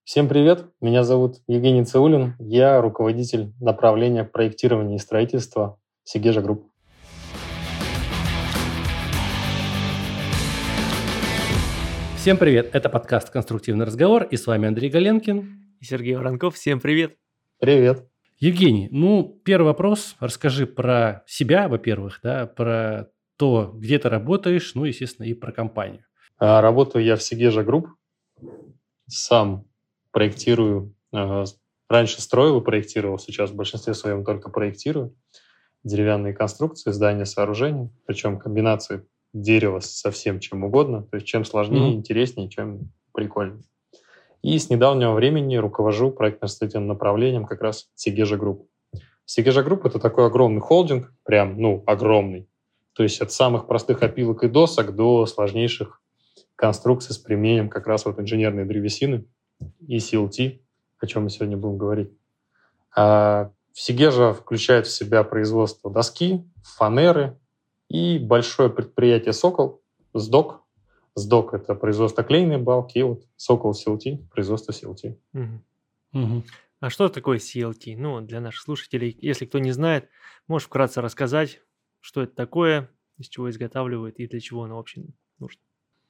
Всем привет, меня зовут Евгений Цаулин, я руководитель направления проектирования и строительства Сигежа Групп. Всем привет, это подкаст «Конструктивный разговор», и с вами Андрей Галенкин. И Сергей Воронков. Всем привет. Привет. Евгений, первый вопрос. Расскажи про себя, во-первых, да, про то, где ты работаешь, естественно, и про компанию. Работаю я в Сигежа Групп, сам проектирую, раньше строил и проектировал, сейчас в большинстве своем только проектирую деревянные конструкции, здания, сооружения, причем комбинации дерева со всем чем угодно, то есть чем сложнее, интереснее, чем прикольнее. И с недавнего времени руковожу проектно-строительным направлением как раз Сигежа Групп. Сигежа Групп — это такой огромный холдинг, прям, огромный. То есть от самых простых опилок и досок до сложнейших конструкций с применением как раз инженерной древесины и CLT, о чем мы сегодня будем говорить. Сигежа включает в себя производство доски, фанеры и большое предприятие «Сокол», СДОК. СДОК — это производство клееной балки, и «Сокол CLT» — производство CLT. А что такое CLT? Для наших слушателей, если кто не знает, можешь вкратце рассказать, что это такое, из чего изготавливают и для чего оно вообще нужно?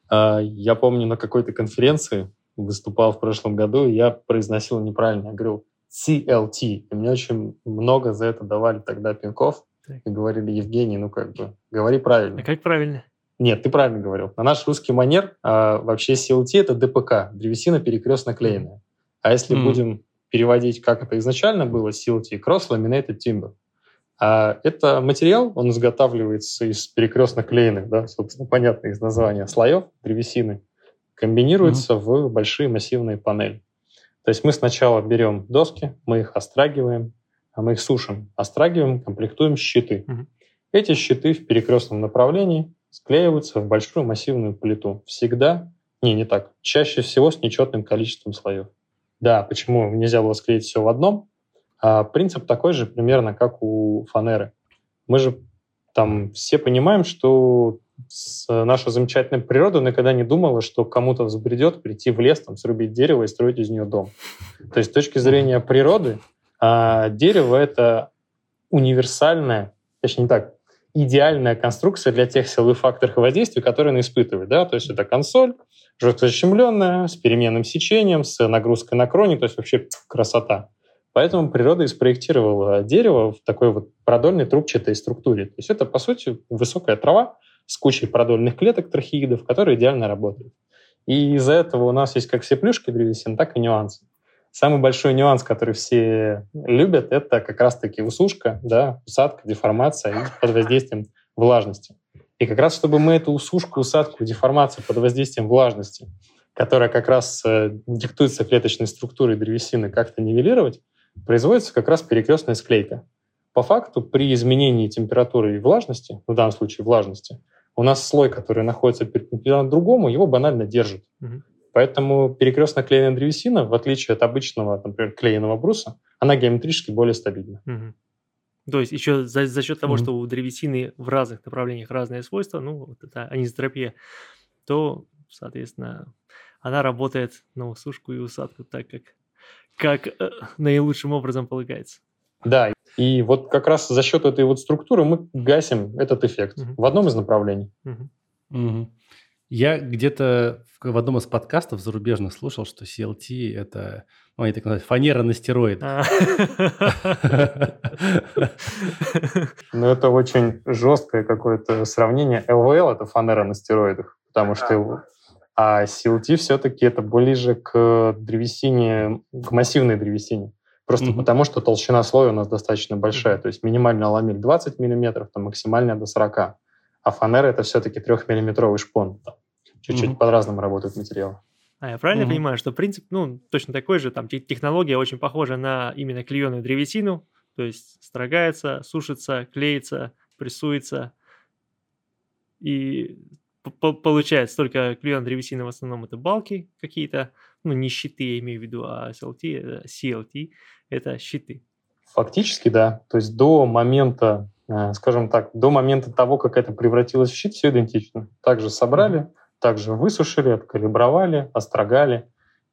Я помню, на какой-то конференции выступал в прошлом году, и я произносил неправильно. Я говорил CLT. И мне очень много за это давали тогда пинков. Так. И говорили: Евгений, говори правильно. А как правильно? Нет, ты правильно говорил. На наш русский манер вообще CLT — это ДПК, древесина перекрестно клееная. А если будем переводить, как это изначально было, CLT — Cross Laminated Timber. Это материал, он изготавливается из перекрестно клееных, собственно, понятно из названия, слоев древесины, комбинируется в большие массивные панели. То есть мы сначала берем доски, мы их острагиваем, мы их сушим, острагиваем, комплектуем щиты. Эти щиты в перекрестном направлении склеиваются в большую массивную плиту. Всегда, не так, чаще всего с нечетным количеством слоев. Да, почему нельзя было склеить все в одном? Принцип такой же примерно, как у фанеры. Мы же там все понимаем, что наша замечательная природа никогда не думала, что кому-то взбредет прийти в лес, срубить дерево и строить из нее дом. То есть с точки зрения природы дерево — это универсальная, точнее не так, идеальная конструкция для тех силовых факторов и воздействий, которые она испытывает. То есть это консоль, жестко защемленная, с переменным сечением, с нагрузкой на кроне, то есть вообще красота. Поэтому природа и спроектировала дерево в такой продольной трубчатой структуре. То есть это, по сути, высокая трава с кучей продольных клеток трахеидов, которые идеально работают. И из-за этого у нас есть как все плюшки древесин, так и нюансы. Самый большой нюанс, который все любят, это как раз-таки усушка, усадка, деформация под воздействием влажности. И как раз, чтобы мы эту усушку, усадку, деформацию под воздействием влажности, которая как раз диктуется клеточной структурой древесины, как-то нивелировать, производится как раз перекрестная склейка. По факту, при изменении температуры и влажности, в данном случае влажности, у нас слой, который находится перпендикулярно другому, его банально держит. Поэтому перекрестно клееная древесина, в отличие от обычного, например, клееного бруса, она геометрически более стабильна. То есть еще за счет того, что у древесины в разных направлениях разные свойства, это анизотропия, то, соответственно, она работает на усушку и усадку так, как наилучшим образом полагается. Да, и как раз за счет этой структуры мы гасим этот эффект в одном из направлений. Я где-то в одном из подкастов зарубежных слушал, что CLT — это, они так называют, фанера на стероидах. Это очень жесткое какое-то сравнение. ЛВЛ — это фанера на стероидах, потому что... А CLT все-таки это ближе к древесине, к массивной древесине. Просто потому, что толщина слоя у нас достаточно большая. То есть минимальный ламель 20 мм, максимальная до 40. А фанера — это все-таки 3-миллиметровый шпон. Чуть-чуть по-разному работают материалы. Я правильно понимаю, что принцип точно такой же, технология очень похожа на именно клееную древесину, то есть строгается, сушится, клеится, прессуется и... Получается, только клееная древесина в основном это балки какие-то, не щиты, я имею в виду, а CLT — это щиты. Фактически, да. То есть до момента, скажем так, до момента того, как это превратилось в щит, все идентично. Также собрали, также высушили, откалибровали, острогали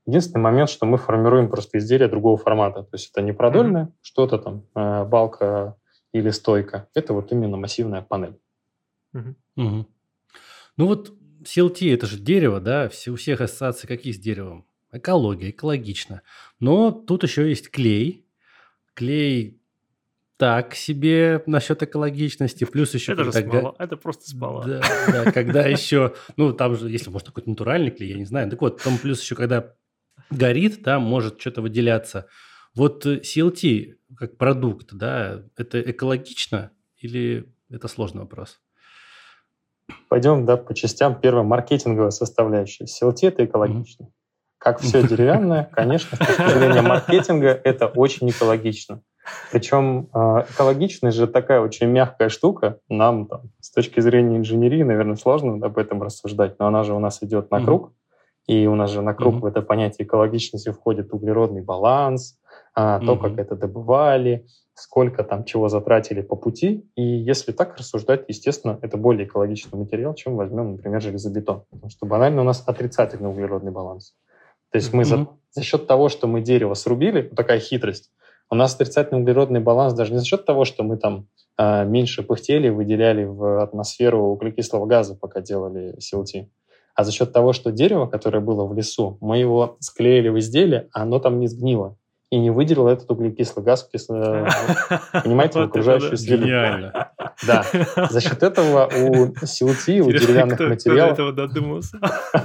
Единственный момент, что мы формируем просто изделие другого формата. То есть это не продольное, что-то там, балка или стойка. Это вот именно массивная панель. Ну вот CLT – это же дерево, да? У всех ассоциации какие с деревом? Экология, экологично. Но тут еще есть клей. Клей так себе насчет экологичности. Плюс еще… Это же смола. Это просто смола. Да, когда еще… Ну, там же, если может, какой-то натуральный клей, я не знаю. Так вот, там плюс еще, когда горит, там может что-то выделяться. Вот CLT как продукт, да, это экологично или это сложный вопрос? Пойдем, да, по частям. Первая маркетинговая составляющая. CLT – это экологично. Как все деревянное, конечно, с точки зрения маркетинга это очень экологично. Причем экологичность же такая очень мягкая штука. Нам там, с точки зрения инженерии, наверное, сложно об этом рассуждать, но она же у нас идет на круг, и у нас же на круг в это понятие экологичности входит углеродный баланс, то, как это добывали, сколько там чего затратили по пути. И если так рассуждать, естественно, это более экологичный материал, чем возьмем, например, железобетон. Потому что банально у нас отрицательный углеродный баланс. То есть мы за счет того, что мы дерево срубили, вот такая хитрость, у нас отрицательный углеродный баланс даже не за счет того, что мы там меньше пыхтели, выделяли в атмосферу углекислого газа, пока делали CLT, а за счет того, что дерево, которое было в лесу, мы его склеили в изделие, а оно там не сгнило и не выделило этот углекислый газ, понимаете, в окружающую среду. Гениально. Да. За счет этого у CLT, у деревянных материалов… Кто до этого додумался?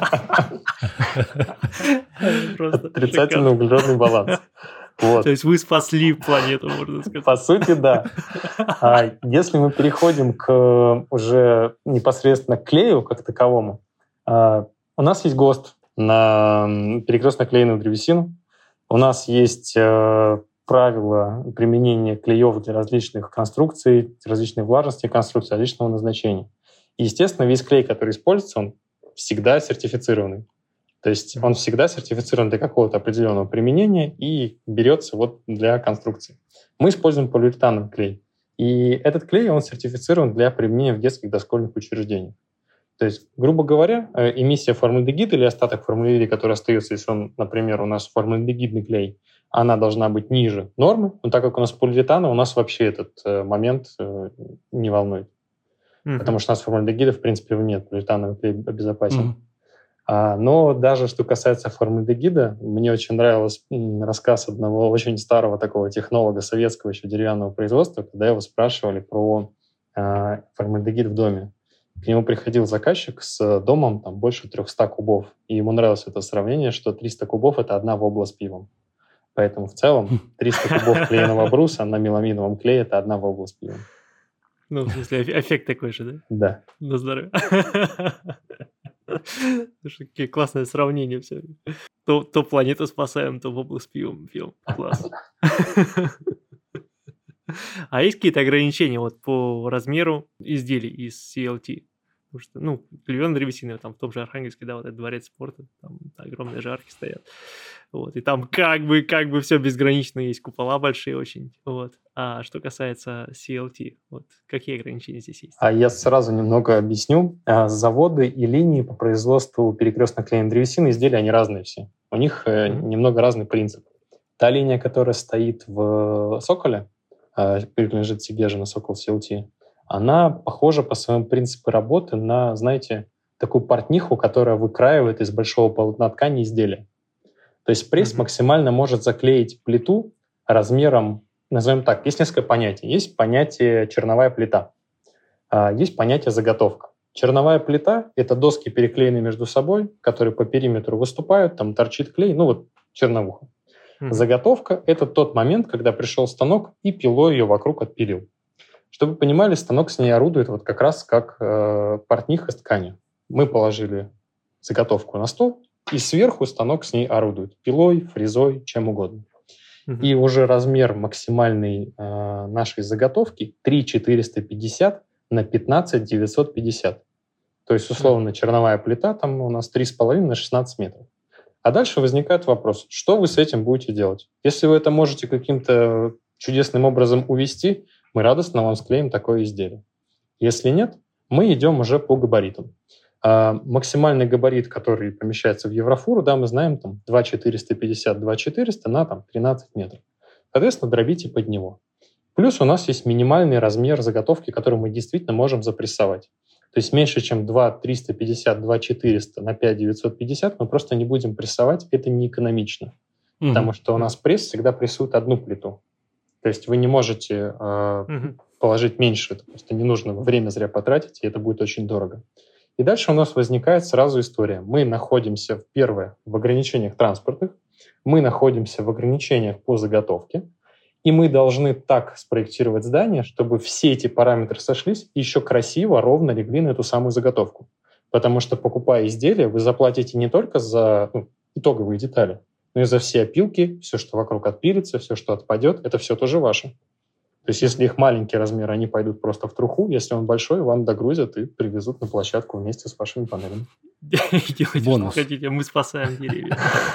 Отрицательный углеродный баланс. Вот. То есть вы спасли планету, можно сказать. По сути, да. Если мы переходим к уже непосредственно к клею как таковому, у нас есть ГОСТ на перекрестно-клееную древесину. У нас есть правила применения клеев для различных конструкций, различной влажности конструкций, различного назначения. И, естественно, весь клей, который используется, он всегда сертифицированный. То есть он всегда сертифицирован для какого-то определенного применения и берется вот для конструкции. Мы используем полиуретановый клей. И этот клей, он сертифицирован для применения в детских дошкольных учреждениях. То есть, грубо говоря, эмиссия формальдегида или остаток формальдегида, который остается, если он, например, у нас формальдегидный клей, она должна быть ниже нормы, но так как у нас полиуретана, у нас вообще этот момент не волнует. Потому что у нас формальдегида, в принципе, нет, полиуретановый клей обезопасен. Но даже что касается формальдегида, мне очень нравился рассказ одного очень старого такого технолога советского еще деревянного производства, когда его спрашивали про формальдегид в доме. К нему приходил заказчик с домом там, больше 300 кубов, и ему нравилось это сравнение, что 300 кубов – это одна вобла с пивом. Поэтому в целом 300 кубов клееного бруса на меламиновом клее – это одна вобла с пивом. Ну, в смысле, эффект такой же, да? Да. На здоровье. Слушай, какие классное сравнение все. То планету спасаем, то воблу с пивом пьем. Класс. А есть какие-то ограничения вот по размеру изделий из CLT? Потому что, ну, клееная древесина, там в том же Архангельске, да, вот этот дворец спорта, там огромные жарки стоят. Вот, и там как бы все безгранично, есть купола большие очень. Вот. А что касается CLT, вот какие ограничения здесь есть? Я сразу немного объясню. Заводы и линии по производству перекрестно-клееной древесины изделия, они разные все. У них немного разный принцип. Та линия, которая стоит в Соколе, принадлежит себе же на Сокол CLT, она похожа по своему принципу работы на, знаете, такую портниху, которая выкраивает из большого полотна ткани изделия. То есть пресс максимально может заклеить плиту размером, назовем так, есть несколько понятий. Есть понятие черновая плита, есть понятие заготовка. Черновая плита — это доски, переклеенные между собой, которые по периметру выступают, там торчит клей, ну вот черновуха. Заготовка — это тот момент, когда пришел станок и пилой ее вокруг отпилил. Чтобы вы понимали, станок с ней орудует вот как раз как портниха с тканью. Мы положили заготовку на стол, и сверху станок с ней орудует пилой, фрезой, чем угодно. И уже размер максимальной нашей заготовки 3,450 на 15,950. То есть, условно, черновая плита там у нас 3,5 на 16 метров. А дальше возникает вопрос, что вы с этим будете делать? Если вы это можете каким-то чудесным образом увести, мы радостно вам склеим такое изделие. Если нет, мы идем уже по габаритам. Максимальный габарит, который помещается в еврофуру, да, мы знаем, там 2,450, 2,400 на там, 13 метров. Соответственно, дробите под него. Плюс у нас есть минимальный размер заготовки, который мы действительно можем запрессовать. То есть меньше, чем 2,350, 2,400 на 5,950 мы просто не будем прессовать, это неэкономично. Потому что у нас пресс всегда прессует одну плиту. То есть вы не можете положить меньше, это просто не нужно время зря потратить, и это будет очень дорого. И дальше у нас возникает сразу история. Мы находимся, первое, в ограничениях транспортных, мы находимся в ограничениях по заготовке, и мы должны так спроектировать здание, чтобы все эти параметры сошлись и еще красиво, ровно легли на эту самую заготовку. Потому что, покупая изделие, вы заплатите не только за итоговые детали, но и за все опилки, все, что вокруг отпилится, все, что отпадет, это все тоже ваше. То есть если их маленький размер, они пойдут просто в труху. Если он большой, вам догрузят и привезут на площадку вместе с вашими панелями. Делайте, что хотите, мы спасаем деревья.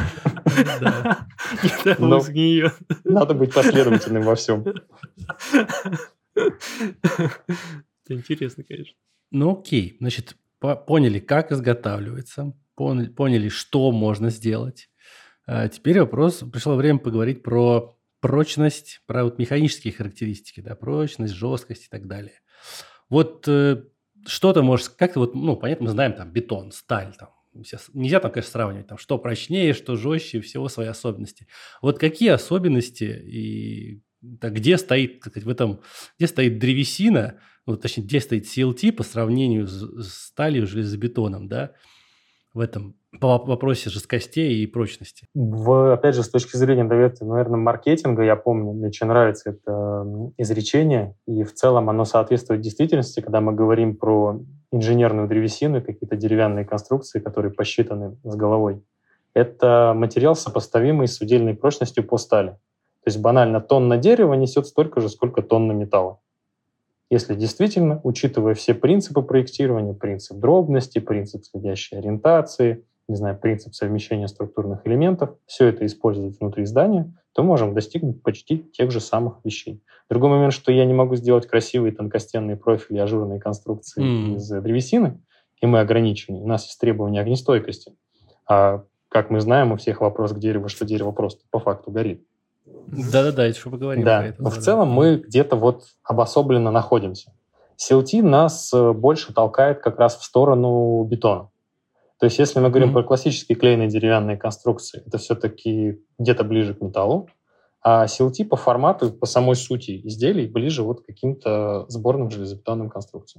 Надо быть последовательным во всем. Это интересно, конечно. Ну окей, значит, поняли, как изготавливается, поняли, что можно сделать. Теперь пришло время поговорить про прочность, про вот механические характеристики, да, прочность, жесткость и так далее. Вот что ты можешь, как-то вот, понятно, мы знаем там бетон, сталь, там, нельзя там, конечно, сравнивать, там, что прочнее, что жестче, всего свои особенности. Вот какие особенности и где стоит, так сказать, где стоит древесина, точнее, где стоит CLT по сравнению с сталью, железобетоном, да, в этом по вопросе жесткостей и прочности? Опять же, с точки зрения, наверное, маркетинга, я помню, мне очень нравится это изречение, и в целом оно соответствует действительности, когда мы говорим про инженерную древесину, какие-то деревянные конструкции, которые посчитаны с головой. Это материал, сопоставимый с удельной прочностью по стали. То есть банально тонна дерева несет столько же, сколько тонна металла. Если действительно, учитывая все принципы проектирования, принцип дробности, принцип следящей ориентации, принцип совмещения структурных элементов, все это использовать внутри здания, то можем достигнуть почти тех же самых вещей. Другой момент, что я не могу сделать красивые тонкостенные профили, ажурные конструкции из древесины, и мы ограничены. У нас есть требования огнестойкости. А как мы знаем, у всех вопрос к дереву, что дерево просто по факту горит. Да-да-да, еще поговорим про это. Но в целом мы где-то обособленно находимся. CLT нас больше толкает как раз в сторону бетона. То есть если мы говорим про классические клееные деревянные конструкции, это все-таки где-то ближе к металлу, а CLT по формату, по самой сути изделий ближе к каким-то сборным железобетонным конструкциям.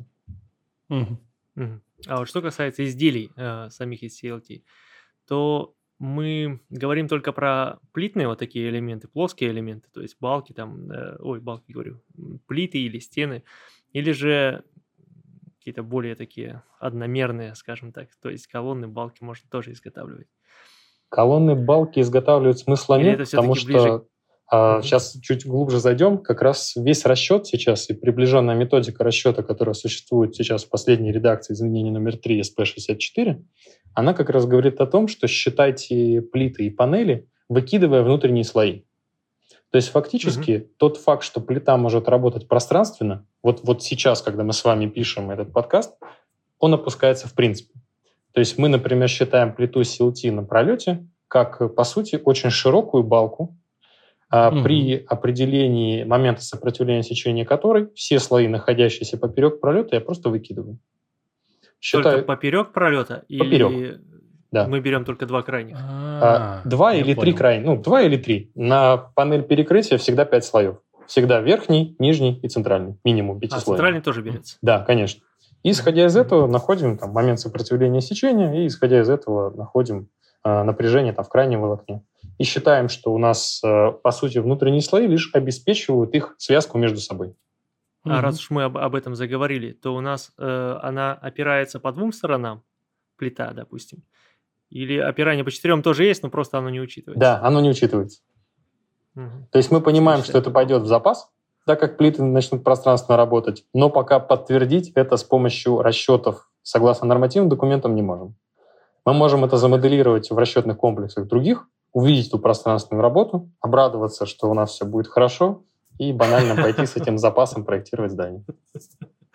А вот что касается изделий самих из CLT, то мы говорим только про плитные вот такие элементы, плоские элементы, то есть балки плиты или стены, или же какие-то более такие одномерные, скажем так, то есть колонны, балки можно тоже изготавливать. Колонны, балки изготавливать смысла нет, потому что сейчас чуть глубже зайдем, как раз весь расчет сейчас и приближенная методика расчета, которая существует сейчас в последней редакции изменения номер 3 SP64, она как раз говорит о том, что считайте плиты и панели, выкидывая внутренние слои. То есть фактически тот факт, что плита может работать пространственно, вот сейчас, когда мы с вами пишем этот подкаст, он опускается в принципе. То есть мы, например, считаем плиту CLT на пролете как, по сути, очень широкую балку, при определении момента сопротивления сечения которой все слои, находящиеся поперек пролета, я просто выкидываю. Только поперек пролета? Поперек, или да. Мы берем только два крайних? Два или три крайних. 2 или 3. На панель перекрытия всегда 5 слоев. Всегда верхний, нижний и центральный. Минимум 5 слоев. Центральный тоже берется? Да, конечно. И, исходя из этого, находим момент сопротивления сечения, и, исходя из этого, находим напряжение в крайнем волокне. И считаем, что у нас, по сути, внутренние слои лишь обеспечивают их связку между собой. Раз уж мы об этом заговорили, то у нас она опирается по двум сторонам, плита, допустим. Или опирание по 4 тоже есть, но просто оно не учитывается? Да, оно не учитывается. То есть мы понимаем, что это пойдет в запас, так как плиты начнут пространственно работать, но пока подтвердить это с помощью расчетов согласно нормативным документам не можем. Мы можем это замоделировать в расчетных комплексах других, увидеть эту пространственную работу, обрадоваться, что у нас все будет хорошо, и банально пойти с этим запасом проектировать здание.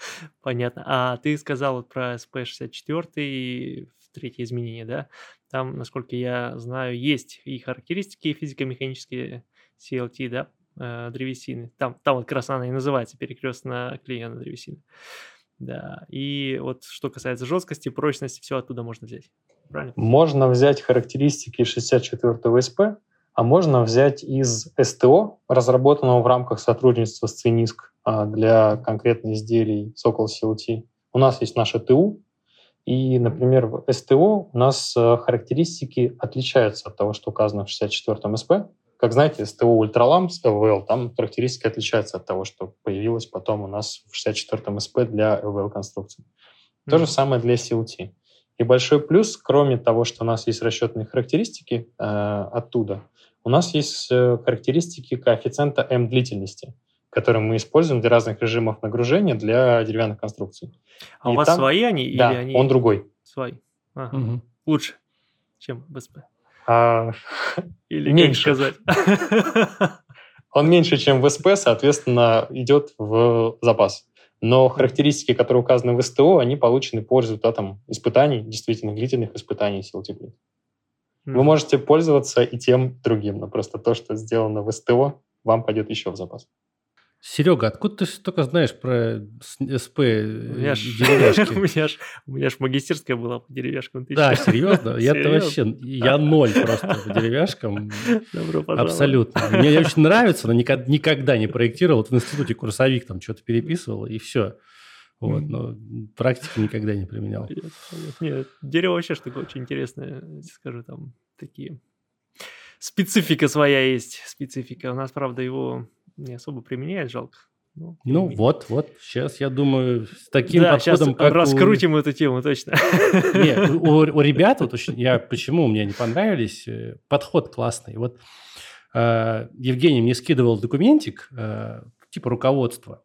Понятно. А ты сказал вот про SP64 и третье изменение, да? Там, насколько я знаю, есть и характеристики и физико-механические CLT, да, древесины. Там вот как раз она и называется перекрестно клееная древесина. Да. И вот что касается жесткости, прочности, все оттуда можно взять. Правильно? Можно взять характеристики 64-го СП, а можно взять из СТО, разработанного в рамках сотрудничества с Циниск для конкретных изделий Sokol CLT. У нас есть наша ТУ, и, например, в СТО у нас характеристики отличаются от того, что указано в 64-м СП. Как знаете, СТО Ultralamps LVL, там характеристики отличаются от того, что появилось потом у нас в 64-м СП для LVL-конструкций. То же самое для CLT. И большой плюс, кроме того, что у нас есть расчетные характеристики оттуда, у нас есть характеристики коэффициента М длительности, которые мы используем для разных режимов нагружения для деревянных конструкций. А у вас свои они? Да, или они... он другой. Свои. Ага. Лучше, чем в СП. Или меньше. Как сказать? Он меньше, чем в СП, соответственно, идет в запас. Но характеристики, которые указаны в СТО, они получены по результатам испытаний, действительно длительных испытаний CLT Plate. Вы можете пользоваться и тем, и другим, но просто то, что сделано в СТО, вам пойдет еще в запас. Серега, откуда ты столько знаешь про СП и деревяшки? У меня ж магистерская была по деревяшкам. Да, серьезно? Я-то вообще, я ноль просто по деревяшкам. Добро пожаловать. Абсолютно. Мне очень нравится, но никогда не проектировал. Вот в институте курсовик там что-то переписывал, и все. Вот, но практики никогда не применял. Нет, дерево вообще штука очень интересная, скажу, там такие... Специфика своя есть, специфика. У нас, правда, его не особо применяют, жалко. Ну вот, сейчас, я думаю, с таким подходом, как раскрутим эту тему, точно. Нет, у ребят, вот почему мне не понравились, подход классный. Вот Евгений мне скидывал документик, типа руководства,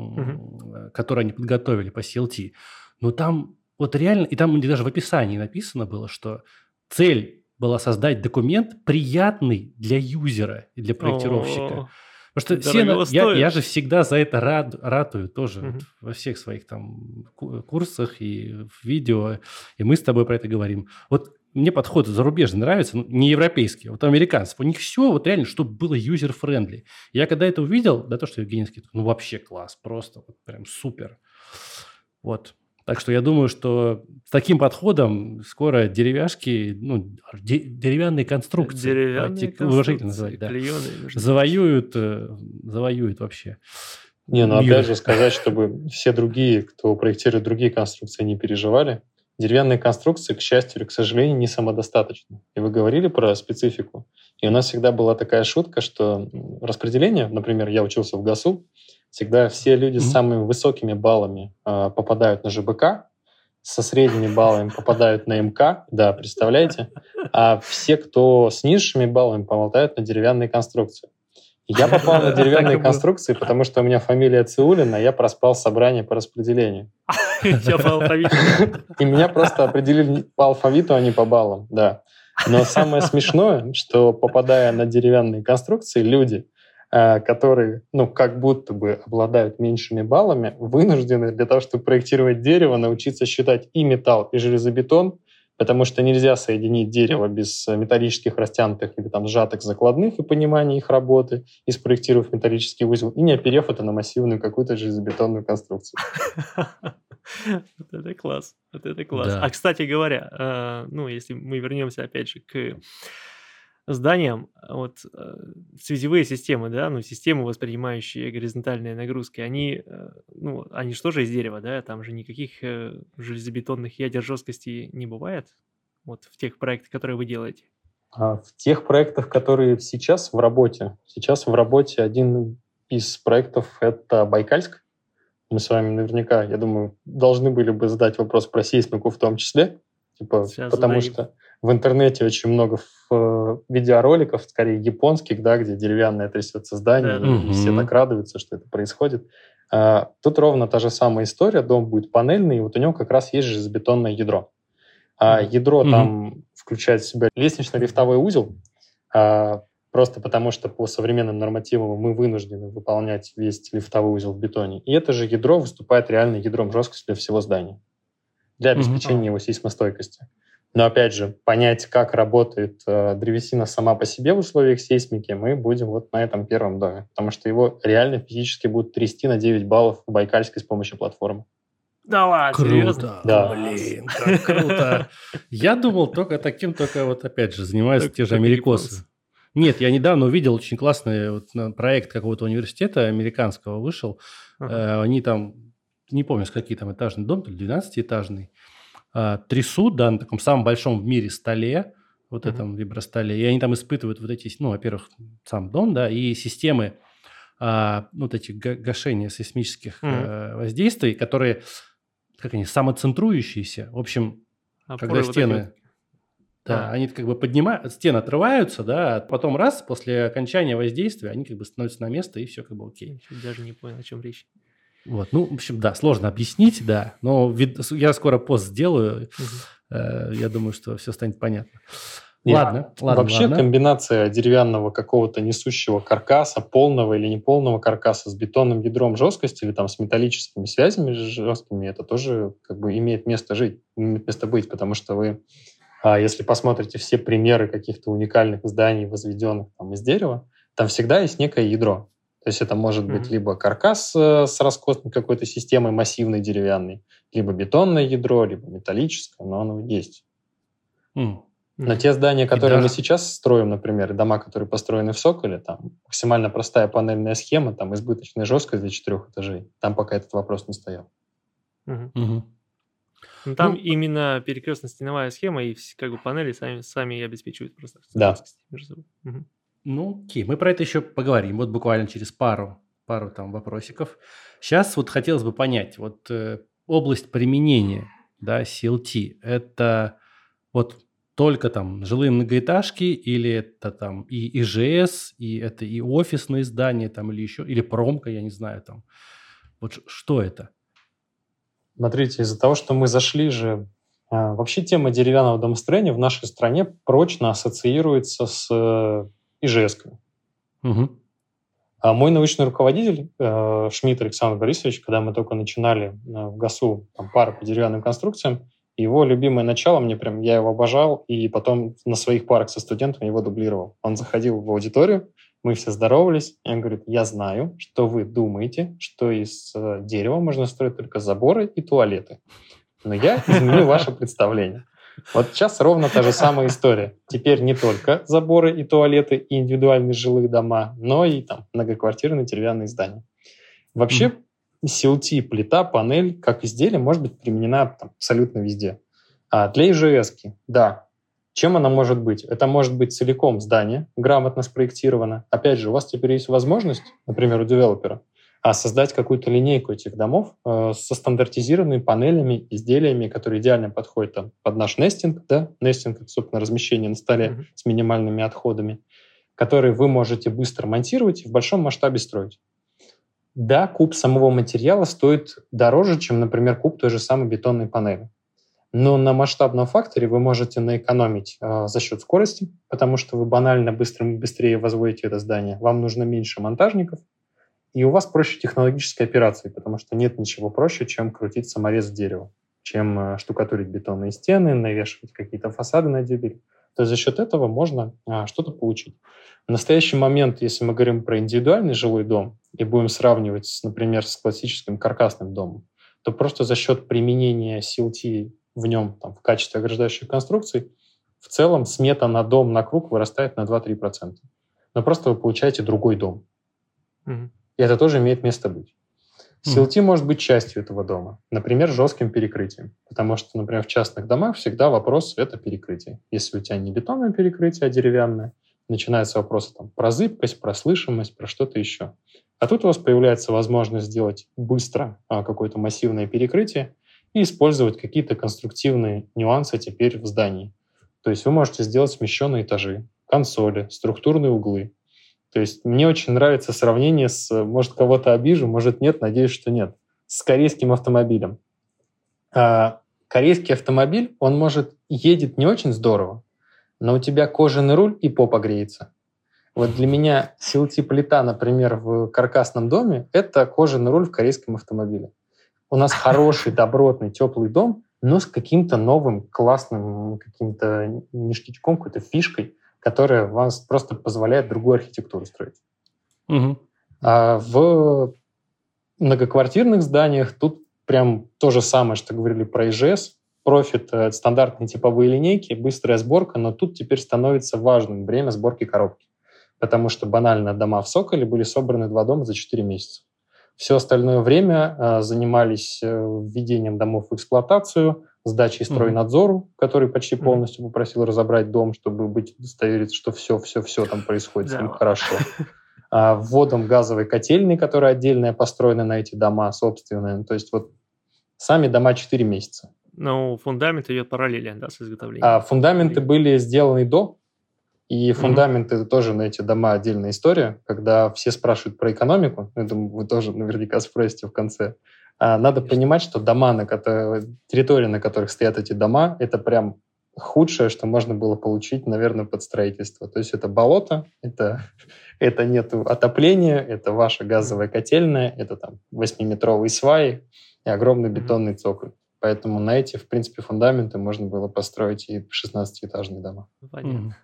которое они подготовили по CLT. Но там вот реально, и там даже в описании написано было, что цель была создать документ приятный для юзера и для проектировщика. Потому что я же всегда за это ратую тоже во всех своих там курсах и в видео, и мы с тобой про это говорим. Вот мне подход зарубежный нравится, не европейский, вот американцев. У них все вот реально, чтобы было юзер-френдли. Я когда это увидел, да, то, что Евгений сказал, ну вообще класс, просто вот прям супер. Вот. Так что я думаю, что с таким подходом скоро деревяшки, деревянные конструкции, уважительно называть, да, завоюют вообще. Опять же сказать, чтобы все другие, кто проектирует другие конструкции, не переживали. Деревянные конструкции, к счастью или к сожалению, не самодостаточны. И вы говорили про специфику. И у нас всегда была такая шутка, что распределение, например, я учился в ГАСУ, всегда все люди с самыми высокими баллами попадают на ЖБК, со средними баллами попадают на МК, да, представляете? А все, кто с низшими баллами, попадают на деревянные конструкции. Я попал на деревянные конструкции, потому что у меня фамилия Циулина, я проспал собрание по распределению. Тебя по алфавиту? И меня просто определили по алфавиту, а не по баллам, да. Но самое смешное, что попадая на деревянные конструкции, люди, которые, как будто бы обладают меньшими баллами, вынуждены для того, чтобы проектировать дерево, научиться считать и металл, и железобетон, потому что нельзя соединить дерево без металлических растянутых или там сжатых закладных и понимания их работы, и спроектировав металлический узел, и не оперев это на массивную какую-то железобетонную конструкцию. Вот это класс, вот это класс. А, кстати говоря, если мы вернемся опять же к зданиям, вот связевые системы, да, системы, воспринимающие горизонтальные нагрузки, они же тоже из дерева, да, там же никаких железобетонных ядер жесткости не бывает, вот в тех проектах, которые вы делаете. В тех проектах, которые сейчас в работе один из проектов — это Байкальск. Мы с вами наверняка, я думаю, должны были бы задать вопрос про сейсмику в том числе, потому что в интернете очень много видеороликов, скорее японских, да, где деревянное трясется здание, и все так радуются, что это происходит. Тут ровно та же самая история, дом будет панельный, и вот у него как раз есть железобетонное ядро. Ядро там включает в себя лестнично-лифтовой узел, просто потому что по современным нормативам мы вынуждены выполнять весь лифтовой узел в бетоне. И это же ядро выступает реально ядром жесткости для всего здания, для обеспечения его сейсмостойкости. Но, опять же, понять, как работает древесина сама по себе в условиях сейсмики, мы будем вот на этом первом доме, потому что его реально физически будут трясти на 9 баллов в Байкальской с помощью платформы. Да ладно, серьезно? Круто. Да. Блин, как круто. Я думал, только вот опять же, занимаются те же америкосы. Нет, я недавно увидел очень классный проект какого-то университета американского вышел. Они там, не помню, с какие там этажный дом, то ли 12-этажный, трясут, да, на таком самом большом в мире столе, вот этом вибростоле, и они там испытывают вот эти, ну, во-первых, сам дом, да, и системы вот эти гашения сейсмических воздействий, которые, как они, самоцентрующиеся. В общем, когда стены... Да, они как бы поднимают, стены отрываются, да, а потом раз, после окончания воздействия, они как бы становятся на место, и все как бы окей. Даже не понял, о чем речь. Вот, ну, в общем, да, сложно объяснить, да, но я скоро пост сделаю, я думаю, что все станет понятно. Ладно. Вообще комбинация деревянного какого-то несущего каркаса, полного или неполного каркаса с бетонным ядром жесткости или там с металлическими связями жесткими, это тоже как бы имеет место быть, потому что вы, если посмотрите все примеры каких-то уникальных зданий, возведенных там из дерева, там всегда есть некое ядро. То есть это может быть либо каркас с раскосной какой-то системой массивной деревянной, либо бетонное ядро, либо металлическое, но оно есть. Но те здания, которые мы сейчас строим, например, дома, которые построены в Соколе, там максимально простая панельная схема, там избыточная жесткость для 4 этажей. Там пока этот вопрос не стоял. Ну, там именно перекрестно-стеновая схема и как бы панели сами обеспечивают просто. Да. Между собой. Ну, окей, мы про это еще поговорим, вот буквально через пару там вопросиков. Сейчас вот хотелось бы понять, вот область применения, да, CLT, это вот только там жилые многоэтажки или это там и ИЖС, и это и офисные здания там или еще, или промка, я не знаю там. Вот что это? Смотрите, из-за того, что мы зашли же... Вообще тема деревянного домостроения в нашей стране прочно ассоциируется с ИЖС-ками. Мой научный руководитель Шмидт Александр Борисович, когда мы только начинали в ГАСУ пары по деревянным конструкциям, его любимое начало, я его обожал, и потом на своих парах со студентами его дублировал. Он заходил в аудиторию, мы все здоровались, и он говорит: я знаю, что вы думаете, что из дерева можно строить только заборы и туалеты. Но я изменю ваше представление. Вот сейчас ровно та же самая история. Теперь не только заборы и туалеты и индивидуальные жилые дома, но и там многоквартирные деревянные здания. Вообще CLT, плита, панель, как изделие, может быть применена абсолютно везде. А для ИЖС-ки, да. Чем она может быть? Это может быть целиком здание, грамотно спроектировано. Опять же, у вас теперь есть возможность, например, у девелопера, создать какую-то линейку этих домов со стандартизированными панелями, изделиями, которые идеально подходят под наш нестинг. Да? Нестинг — это, собственно, размещение на столе с минимальными отходами, которые вы можете быстро монтировать и в большом масштабе строить. Да, куб самого материала стоит дороже, чем, например, куб той же самой бетонной панели. Но на масштабном факторе вы можете наэкономить за счет скорости, потому что вы банально быстрее возводите это здание. Вам нужно меньше монтажников, и у вас проще технологические операции, потому что нет ничего проще, чем крутить саморез в дерево, чем штукатурить бетонные стены, навешивать какие-то фасады на дюбель. То есть за счет этого можно что-то получить. В настоящий момент, если мы говорим про индивидуальный жилой дом и будем сравнивать, например, с классическим каркасным домом, то просто за счет применения CLT в нем в качестве ограждающих конструкций в целом смета на дом на круг вырастает на 2-3%. Но просто вы получаете другой дом. И это тоже имеет место быть. CLT может быть частью этого дома, например, жестким перекрытием. Потому что, например, в частных домах всегда вопрос — это перекрытие. Если у тебя не бетонное перекрытие, а деревянное, начинаются вопросы про зыбкость, про слышимость, про что-то еще. А тут у вас появляется возможность сделать быстро какое-то массивное перекрытие и использовать какие-то конструктивные нюансы теперь в здании. То есть вы можете сделать смещенные этажи, консоли, структурные углы. То есть мне очень нравится сравнение с, может, кого-то обижу, может, нет, надеюсь, что нет, с корейским автомобилем. Корейский автомобиль, он, может, едет не очень здорово, но у тебя кожаный руль и попа греется. Вот для меня CLT-плита, например, в каркасном доме – это кожаный руль в корейском автомобиле. У нас хороший, добротный, теплый дом, но с каким-то новым, классным, каким-то ништячком, какой-то фишкой, которая вам просто позволяет другую архитектуру строить. Угу. А в многоквартирных зданиях тут прям то же самое, что говорили про ИЖС. Профит, стандартные типовые линейки, быстрая сборка, но тут теперь становится важным время сборки коробки. Потому что банально дома в Соколе были собраны 2 дома за 4 месяца. Все остальное время занимались введением домов в эксплуатацию, сдачей стройнадзору, который почти полностью попросил разобрать дом, чтобы удостовериться, что все там происходит с ним хорошо. Вводом газовой котельной, которая отдельная, построена на эти дома, собственная. То есть вот сами дома 4 месяца. Ну, фундамент идет параллельно, да, с изготовлением. Фундаменты были сделаны до, и фундаменты это тоже на эти дома отдельная история. Когда все спрашивают про экономику, я думаю, вы тоже наверняка спросите в конце, надо понимать, что территории, на которых стоят эти дома, это прям худшее, что можно было получить, наверное, под строительство. То есть это болото, это нет отопления, это ваша газовая котельная, это там 8-метровые сваи и огромный бетонный цоколь. Поэтому на эти, в принципе, фундаменты можно было построить и 16-этажные дома. Понятно.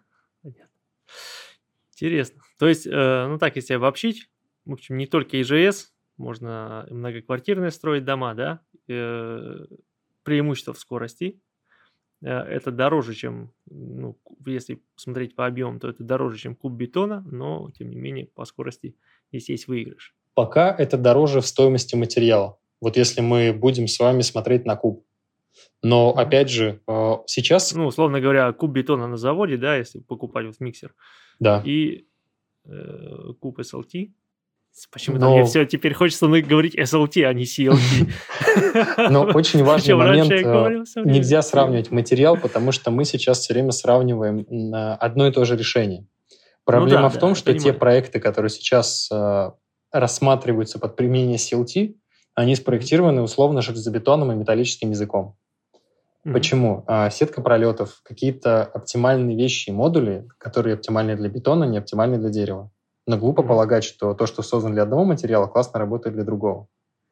Интересно. То есть, так, если обобщить, в общем, не только ИЖС, можно многоквартирные строить дома, да, преимущество в скорости. Это дороже, чем, если смотреть по объему, то это дороже, чем куб бетона, но, тем не менее, по скорости здесь есть выигрыш. Пока это дороже в стоимости материала. Вот если мы будем с вами смотреть на куб. Но, опять же, сейчас... условно говоря, куб бетона на заводе, да, если покупать вот миксер. Да. И куб SLT. Почему-то мне все теперь хочется говорить SLT, а не CLT. Но очень важный момент. Нельзя сравнивать материал, потому что мы сейчас все время сравниваем одно и то же решение. Проблема в том, что те проекты, которые сейчас рассматриваются под применение CLT, они спроектированы условно железобетонным и металлическим языком. Почему? Сетка пролетов, какие-то оптимальные вещи и модули, которые оптимальны для бетона, не оптимальны для дерева. Но глупо полагать, что то, что создано для одного материала, классно работает для другого.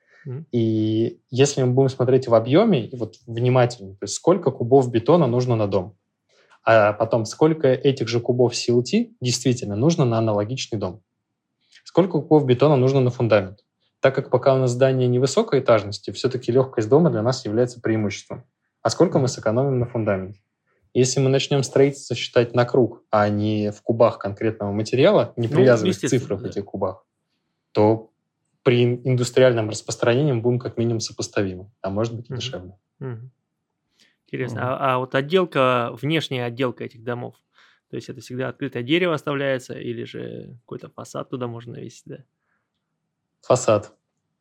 И если мы будем смотреть в объеме, и вот внимательно, то есть сколько кубов бетона нужно на дом, а потом сколько этих же кубов CLT действительно нужно на аналогичный дом. Сколько кубов бетона нужно на фундамент. Так как пока у нас здание невысокой этажности, все-таки легкость дома для нас является преимуществом. А сколько мы сэкономим на фундаменте? Если мы начнем строительство считать на круг, а не в кубах конкретного материала, не привязывать к цифрам в этих кубах, то при индустриальном распространении мы будем как минимум сопоставимы, а может быть и дешевле. Интересно. А вот отделка, внешняя отделка этих домов, то есть это всегда открытое дерево оставляется или же какой-то фасад туда можно навесить, да? Фасад.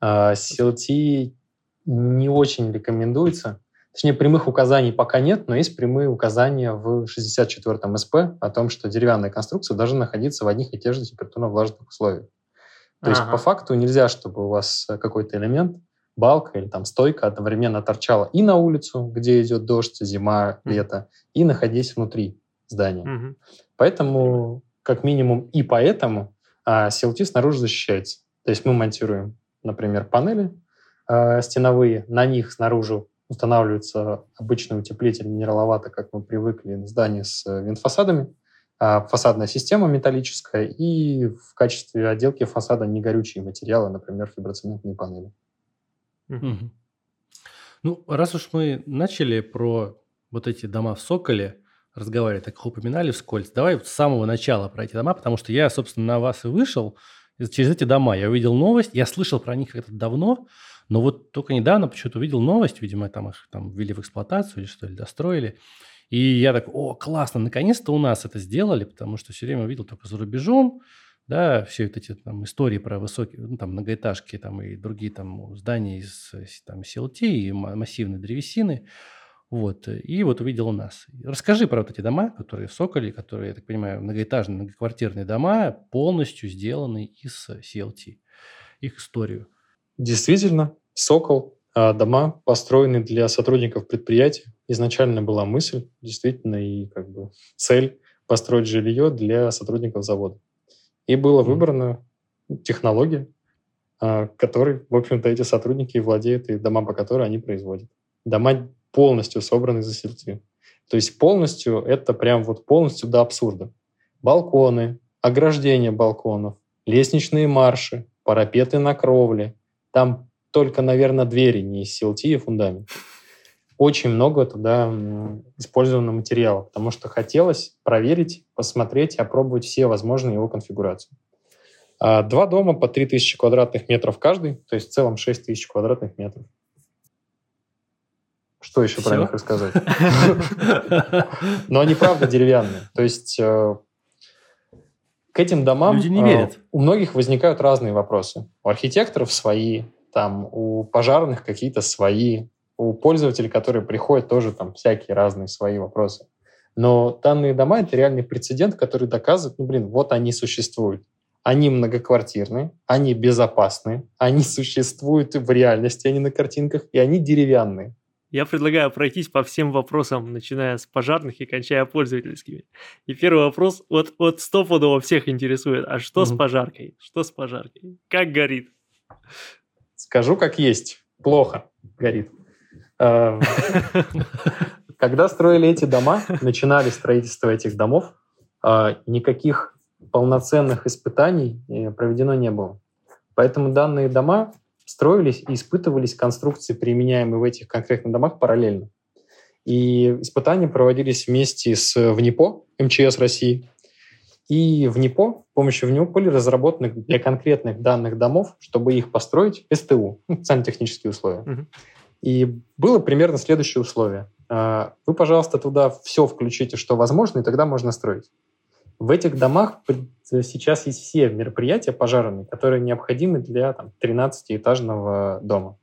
CLT не очень рекомендуется. Точнее, прямых указаний пока нет, но есть прямые указания в 64-м СП о том, что деревянная конструкция должна находиться в одних и тех же температурно-влажных условиях. То есть по факту нельзя, чтобы у вас какой-то элемент, балка или там стойка одновременно торчала и на улицу, где идет дождь, зима, лето, и находясь внутри здания. Поэтому, как минимум, и поэтому CLT снаружи защищается. То есть мы монтируем, например, панели стеновые, на них снаружи устанавливается обычный утеплитель минераловато, как мы привыкли, в здании с вентфасадами, фасадная система металлическая и в качестве отделки фасада негорючие материалы, например, фиброцементные панели. Раз уж мы начали про вот эти дома в Соколе разговаривать, так их упоминали вскользь, давай с самого начала про эти дома, потому что я, собственно, на вас и вышел через эти дома. Я увидел новость, я слышал про них как-то давно, но вот только недавно почему-то увидел новость, видимо, там их ввели в эксплуатацию или что ли, достроили. И я так, классно, наконец-то у нас это сделали, потому что все время видел только за рубежом, да, все вот эти там истории про высокие, многоэтажки и другие здания из CLT и массивной древесины. И вот увидел у нас. Расскажи про вот эти дома, которые в Соколе, которые, я так понимаю, многоэтажные, многоквартирные дома, полностью сделаны из CLT. Их историю. Действительно, Сокол, дома, построены для сотрудников предприятия. Изначально была мысль, действительно, и цель построить жилье для сотрудников завода. И была выбрана технология, которой, в общем-то, эти сотрудники владеют, и дома, по которым они производят. Дома полностью собраны из CLT. То есть полностью, это прям вот полностью до абсурда. Балконы, ограждения балконов, лестничные марши, парапеты на кровле. Там только, наверное, двери не из CLT и фундамент. Очень много туда использовано материала, потому что хотелось проверить, посмотреть, опробовать все возможные его конфигурации. 2 дома по 3000 квадратных метров каждый, то есть в целом 6000 квадратных метров. Что еще про них рассказать? Но они правда деревянные. То есть к этим домам люди не верят. У многих возникают разные вопросы. У архитекторов свои, там, у пожарных какие-то свои, у пользователей, которые приходят, тоже там всякие разные свои вопросы. Но данные дома – это реальный прецедент, который доказывает, вот они существуют. Они многоквартирные, они безопасные, они существуют в реальности, а не на картинках, и они деревянные. Я предлагаю пройтись по всем вопросам, начиная с пожарных и кончая пользовательскими. И первый вопрос, вот стопудово всех интересует, а что с пожаркой? Что с пожаркой? Как горит? Скажу, как есть. Плохо горит. Когда строили эти дома, начинали строительство этих домов, никаких полноценных испытаний проведено не было. Поэтому данные дома строились и испытывались конструкции, применяемые в этих конкретных домах, параллельно. И испытания проводились вместе с ВНИПО, МЧС России. И ВНИПО, с помощью ВНИПО были разработаны для конкретных данных домов, чтобы их построить, СТУ, санитехнические условия. И было примерно следующее условие. Вы, пожалуйста, туда все включите, что возможно, и тогда можно строить. В этих домах сейчас есть все мероприятия пожарные, которые необходимы для 13-этажного дома.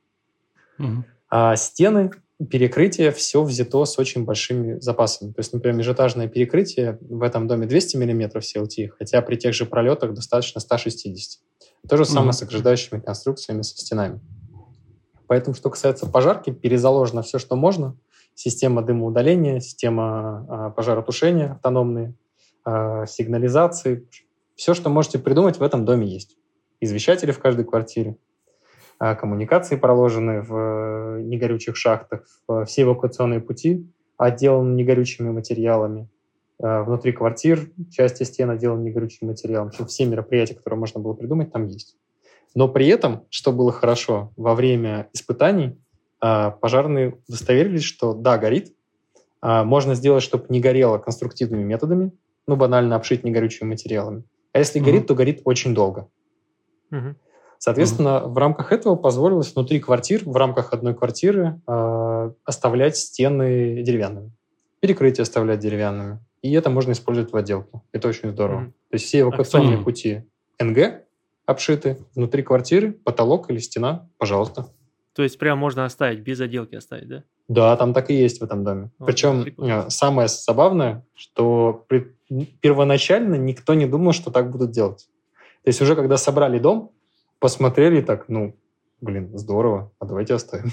А стены, перекрытие, все взято с очень большими запасами. То есть, например, межэтажное перекрытие в этом доме 200 мм CLT, хотя при тех же пролетах достаточно 160. То же самое с ограждающими конструкциями, со стенами. Поэтому, что касается пожарки, перезаложено все, что можно. Система дымоудаления, система пожаротушения автономные, сигнализации. Все, что можете придумать, в этом доме есть. Извещатели в каждой квартире, коммуникации проложены в негорючих шахтах, все эвакуационные пути отделаны негорючими материалами. Внутри квартир части стен отделаны негорючим материалом. Все мероприятия, которые можно было придумать, там есть. Но при этом, что было хорошо, во время испытаний пожарные удостоверились, что да, горит. Можно сделать, чтобы не горело конструктивными методами, банально обшить негорючими материалами. А если горит, то горит очень долго. Соответственно, в рамках этого позволилось внутри квартир, в рамках одной квартиры оставлять стены деревянными, перекрытия оставлять деревянными. И это можно использовать в отделке. Это очень здорово. То есть все эвакуационные пути НГ обшиты, внутри квартиры потолок или стена, пожалуйста. То есть прям можно оставить, без отделки оставить, да? Да, там так и есть в этом доме. Причем самое забавное, что первоначально никто не думал, что так будут делать. То есть уже когда собрали дом, посмотрели так, здорово, а давайте оставим.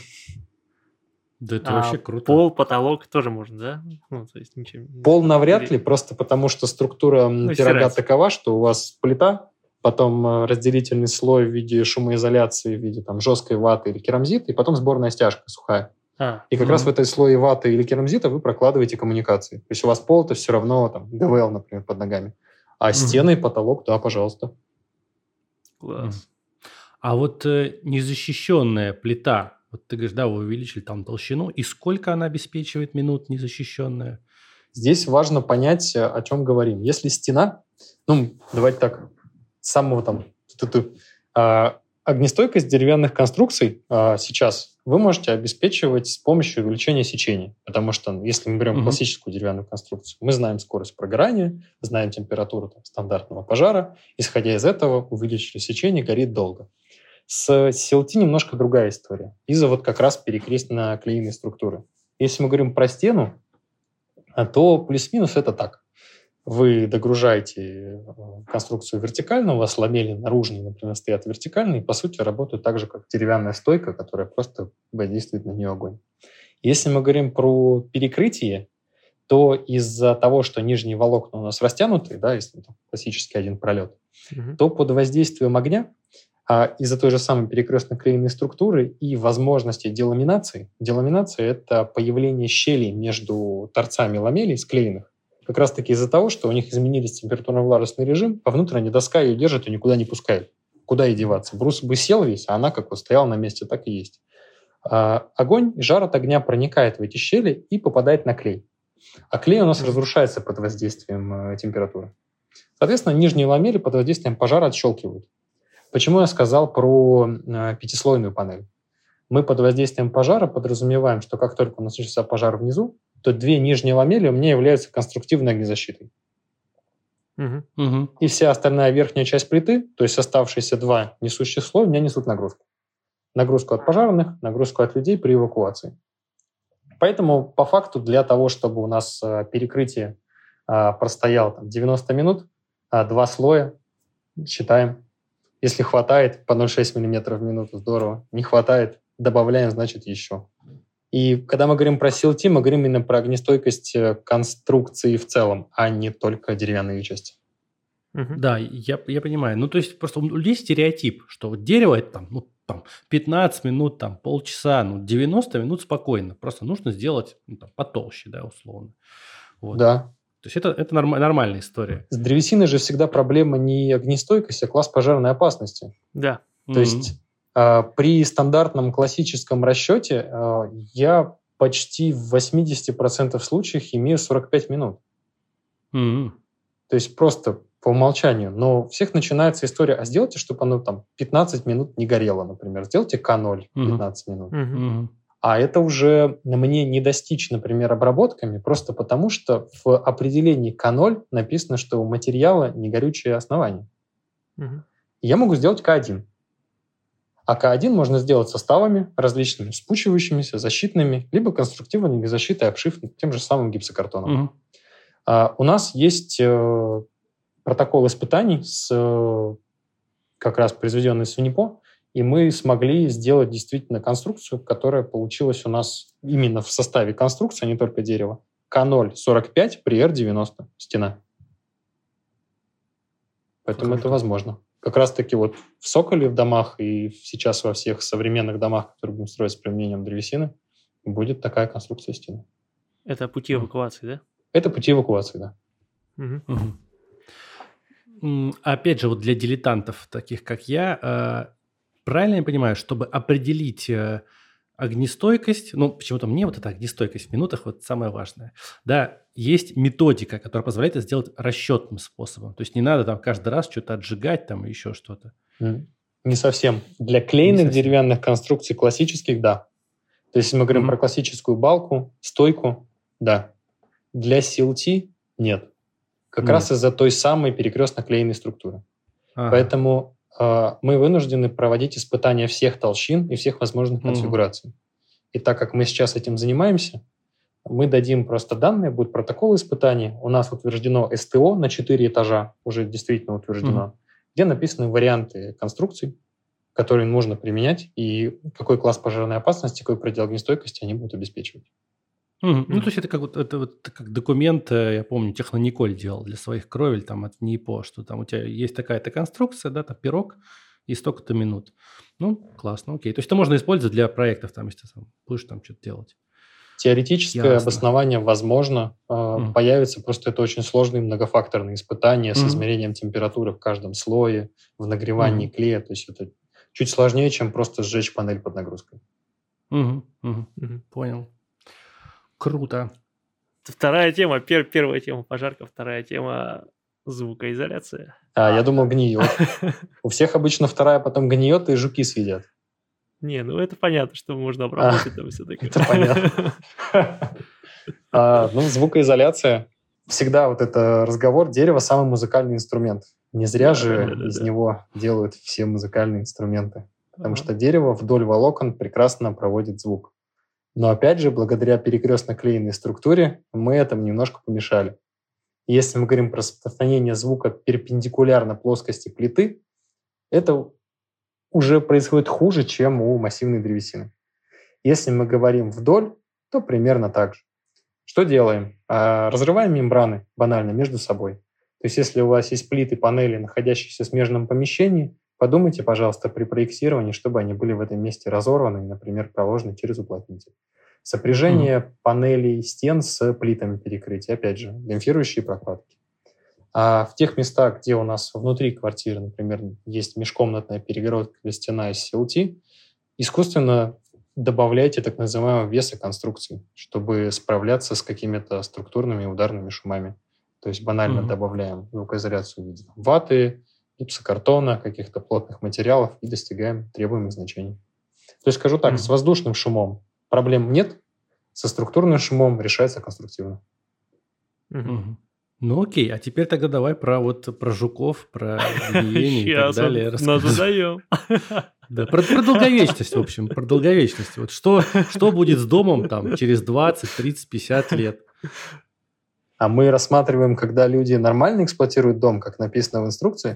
Да это вообще круто. Пол, потолок тоже можно, да? То есть ничего... Пол навряд ли, просто потому что структура пирога такова, что у вас плита, потом разделительный слой в виде шумоизоляции, в виде жесткой ваты или керамзита, и потом сборная стяжка сухая. И как раз в этой слое ваты или керамзита вы прокладываете коммуникации. То есть у вас пол-то все равно ГВЛ, например, под ногами. А стены и потолок, да, пожалуйста. Класс. А вот незащищенная плита, вот ты говоришь, да, вы увеличили там толщину, и сколько она обеспечивает минут незащищенная? Здесь важно понять, о чем говорим. Если стена, давайте так, с самого огнестойкость деревянных конструкций сейчас вы можете обеспечивать с помощью увеличения сечения. Потому что, если мы берем классическую деревянную конструкцию, мы знаем скорость прогорания, знаем температуру стандартного пожара. Исходя из этого, увеличили сечение, горит долго. С CLT немножко другая история. Из-за как раз перекрестно-клееной структуры. Если мы говорим про стену, то плюс-минус это так. Вы догружаете конструкцию вертикально, у вас ламели наружные, например, стоят вертикально, и, по сути, работают так же, как деревянная стойка, которая просто воздействует на нее огонь. Если мы говорим про перекрытие, то из-за того, что нижние волокна у нас растянутые, да, если там классический один пролет, то под воздействием огня из-за той же самой перекрестно-клеенной структуры и возможности деламинации. Деламинация – это появление щелей между торцами ламелей склеенных, как раз-таки из-за того, что у них изменились температурно-влажностный режим, по внутренней доска ее держит и никуда не пускает. Куда ей деваться? Брус бы сел весь, а она как вот стояла на месте, так и есть. Огонь, жар от огня проникает в эти щели и попадает на клей. А клей у нас разрушается под воздействием температуры. Соответственно, нижние ламели под воздействием пожара отщелкивают. Почему я сказал про пятислойную панель? Мы под воздействием пожара подразумеваем, что как только у нас начался пожар внизу, то две нижние ламели у меня являются конструктивной огнезащитой. И вся остальная верхняя часть плиты, то есть оставшиеся два несущих слоя, у меня несут нагрузку. Нагрузку от пожарных, нагрузку от людей при эвакуации. Поэтому, по факту, для того, чтобы у нас перекрытие простояло 90 минут, два слоя, считаем. Если хватает, по 0,6 мм в минуту, здорово. Не хватает, добавляем, значит, еще. И когда мы говорим про CLT, мы говорим именно про огнестойкость конструкции в целом, а не только деревянные части. Да, я понимаю. Ну, то есть просто есть стереотип, что вот дерево это там 15 минут, там, полчаса, 90 минут спокойно. Просто нужно сделать потолще, да, условно. Вот. Да. То есть это нормальная история. С древесиной же всегда проблема не огнестойкость, а класс пожарной опасности. Да. То есть при стандартном классическом расчете я почти в 80% случаев имею 45 минут. То есть просто по умолчанию. Но у всех начинается история, а сделайте, чтобы оно там 15 минут не горело, например. Сделайте К0 15 минут. А это уже мне не достичь, например, обработками, просто потому что в определении К0 написано, что у материала негорючее основание. Я могу сделать К1. А К1 можно сделать составами различными, вспучивающимися, защитными, либо конструктивной незащитой, обшив тем же самым гипсокартоном. У нас есть протокол испытаний, как раз произведенный с УНИПО, и мы смогли сделать действительно конструкцию, которая получилась у нас именно в составе конструкции, а не только дерева. К0 45 при R90 стена. Поэтому это возможно. Как раз-таки вот в Соколе в домах и сейчас во всех современных домах, которые будем строить с применением древесины, будет такая конструкция стены. Это пути эвакуации, да? Это пути эвакуации, да. Опять же, вот для дилетантов, таких как я, правильно я понимаю, чтобы определить огнестойкость, почему-то мне вот эта огнестойкость в минутах вот самое важное, да, есть методика, которая позволяет это сделать расчетным способом. То есть не надо там каждый раз что-то отжигать там и еще что-то. Не совсем. Для клеенных деревянных конструкций классических, да. То есть если мы говорим про классическую балку, стойку, да. Для CLT нет. Как раз из-за той самой перекрестно-клеенной структуры. Поэтому мы вынуждены проводить испытания всех толщин и всех возможных конфигураций. И так как мы сейчас этим занимаемся, мы дадим просто данные, будет протокол испытаний. У нас утверждено СТО на 4 этажа, уже действительно утверждено, где написаны варианты конструкций, которые нужно применять, и какой класс пожарной опасности, какой предел огнестойкости они будут обеспечивать. Ну, то есть это как документ, я помню, Технониколь делал для своих кровель там от НИПО, что там у тебя есть такая-то конструкция, да, там пирог и столько-то минут. Ну, классно, окей. То есть это можно использовать для проектов, там, если ты будешь там что-то делать. Теоретическое обоснование, возможно, появится, просто это очень сложные многофакторные испытания с измерением температуры в каждом слое, в нагревании клея. То есть это чуть сложнее, чем просто сжечь панель под нагрузкой. Понял. Круто. Вторая тема, первая тема пожарка, вторая тема звукоизоляция. Я думал, гниет. У всех обычно вторая потом гниет, и жуки съедят. Не, это понятно, что можно обработать там все такое. Это понятно. Звукоизоляция. Всегда вот это разговор, дерево – самый музыкальный инструмент. Не зря же из него делают все музыкальные инструменты. Потому что дерево вдоль волокон прекрасно проводит звук. Но опять же, благодаря перекрестно-клеенной структуре мы этому немножко помешали. Если мы говорим про распространение звука перпендикулярно плоскости плиты, это уже происходит хуже, чем у массивной древесины. Если мы говорим вдоль, то примерно так же. Что делаем? Разрываем мембраны банально между собой. То есть если у вас есть плиты, панели, находящиеся в смежном помещении, подумайте, пожалуйста, при проектировании, чтобы они были в этом месте разорваны и, например, проложены через уплотнитель. Сопряжение панелей стен с плитами перекрытия, опять же, демпфирующие прокладки. А в тех местах, где у нас внутри квартиры, например, есть межкомнатная перегородка или стена из CLT, искусственно добавляйте так называемого веса конструкции, чтобы справляться с какими-то структурными ударными шумами. То есть банально добавляем звукоизоляцию в виде ваты, гипсокартона, каких-то плотных материалов и достигаем требуемых значений. То есть скажу так, с воздушным шумом проблем нет, со структурным шумом решается конструктивно. Ну окей, а теперь тогда давай про жуков, про гниение и так далее. Нас задаем. Да, про долговечность, в общем, про долговечность. Вот что будет с домом там через 20, 30, 50 лет? А мы рассматриваем, когда люди нормально эксплуатируют дом, как написано в инструкции?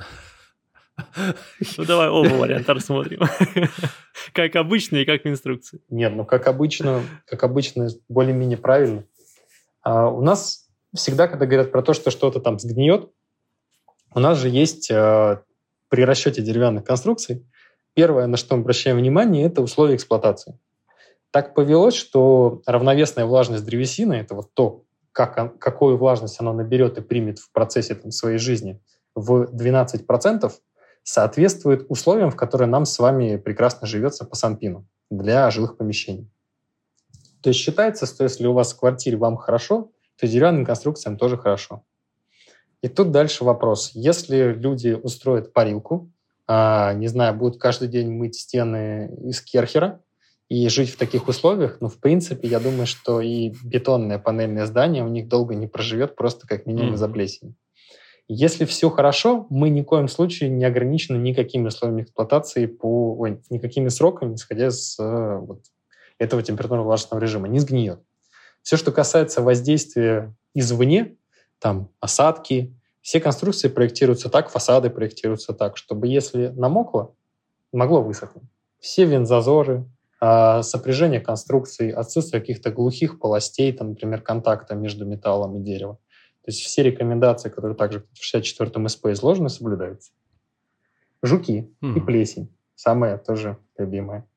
Ну, давай оба варианта рассмотрим. Как обычно и как в инструкции. Нет, как обычно, более-менее правильно. У нас всегда, когда говорят про то, что что-то там сгниет, у нас же есть при расчете деревянных конструкций первое, на что мы обращаем внимание, это условия эксплуатации. Так повелось, что равновесная влажность древесины – это вот то, какую влажность она наберет и примет в процессе своей жизни в 12%, соответствует условиям, в которые нам с вами прекрасно живется по Санпину для жилых помещений. То есть считается, что если у вас в квартире вам хорошо, то деревянным конструкциям тоже хорошо. И тут дальше вопрос. Если люди устроят парилку, не знаю, будут каждый день мыть стены из керхера и жить в таких условиях, в принципе, я думаю, что и бетонное панельное здание у них долго не проживет, просто как минимум из-за плесени. Если все хорошо, мы ни в коем случае не ограничены никакими условиями эксплуатации, никакими сроками, исходя из этого температурно-влажностного режима. Не сгниет. Все, что касается воздействия извне, там осадки, все конструкции проектируются так, фасады проектируются так, чтобы если намокло, могло высохнуть. Все вентзазоры, сопряжение конструкций, отсутствие каких-то глухих полостей, там, например, контакта между металлом и деревом. То есть все рекомендации, которые также в 64-м СП изложены, соблюдаются. Жуки и плесень. Самое тоже любимое.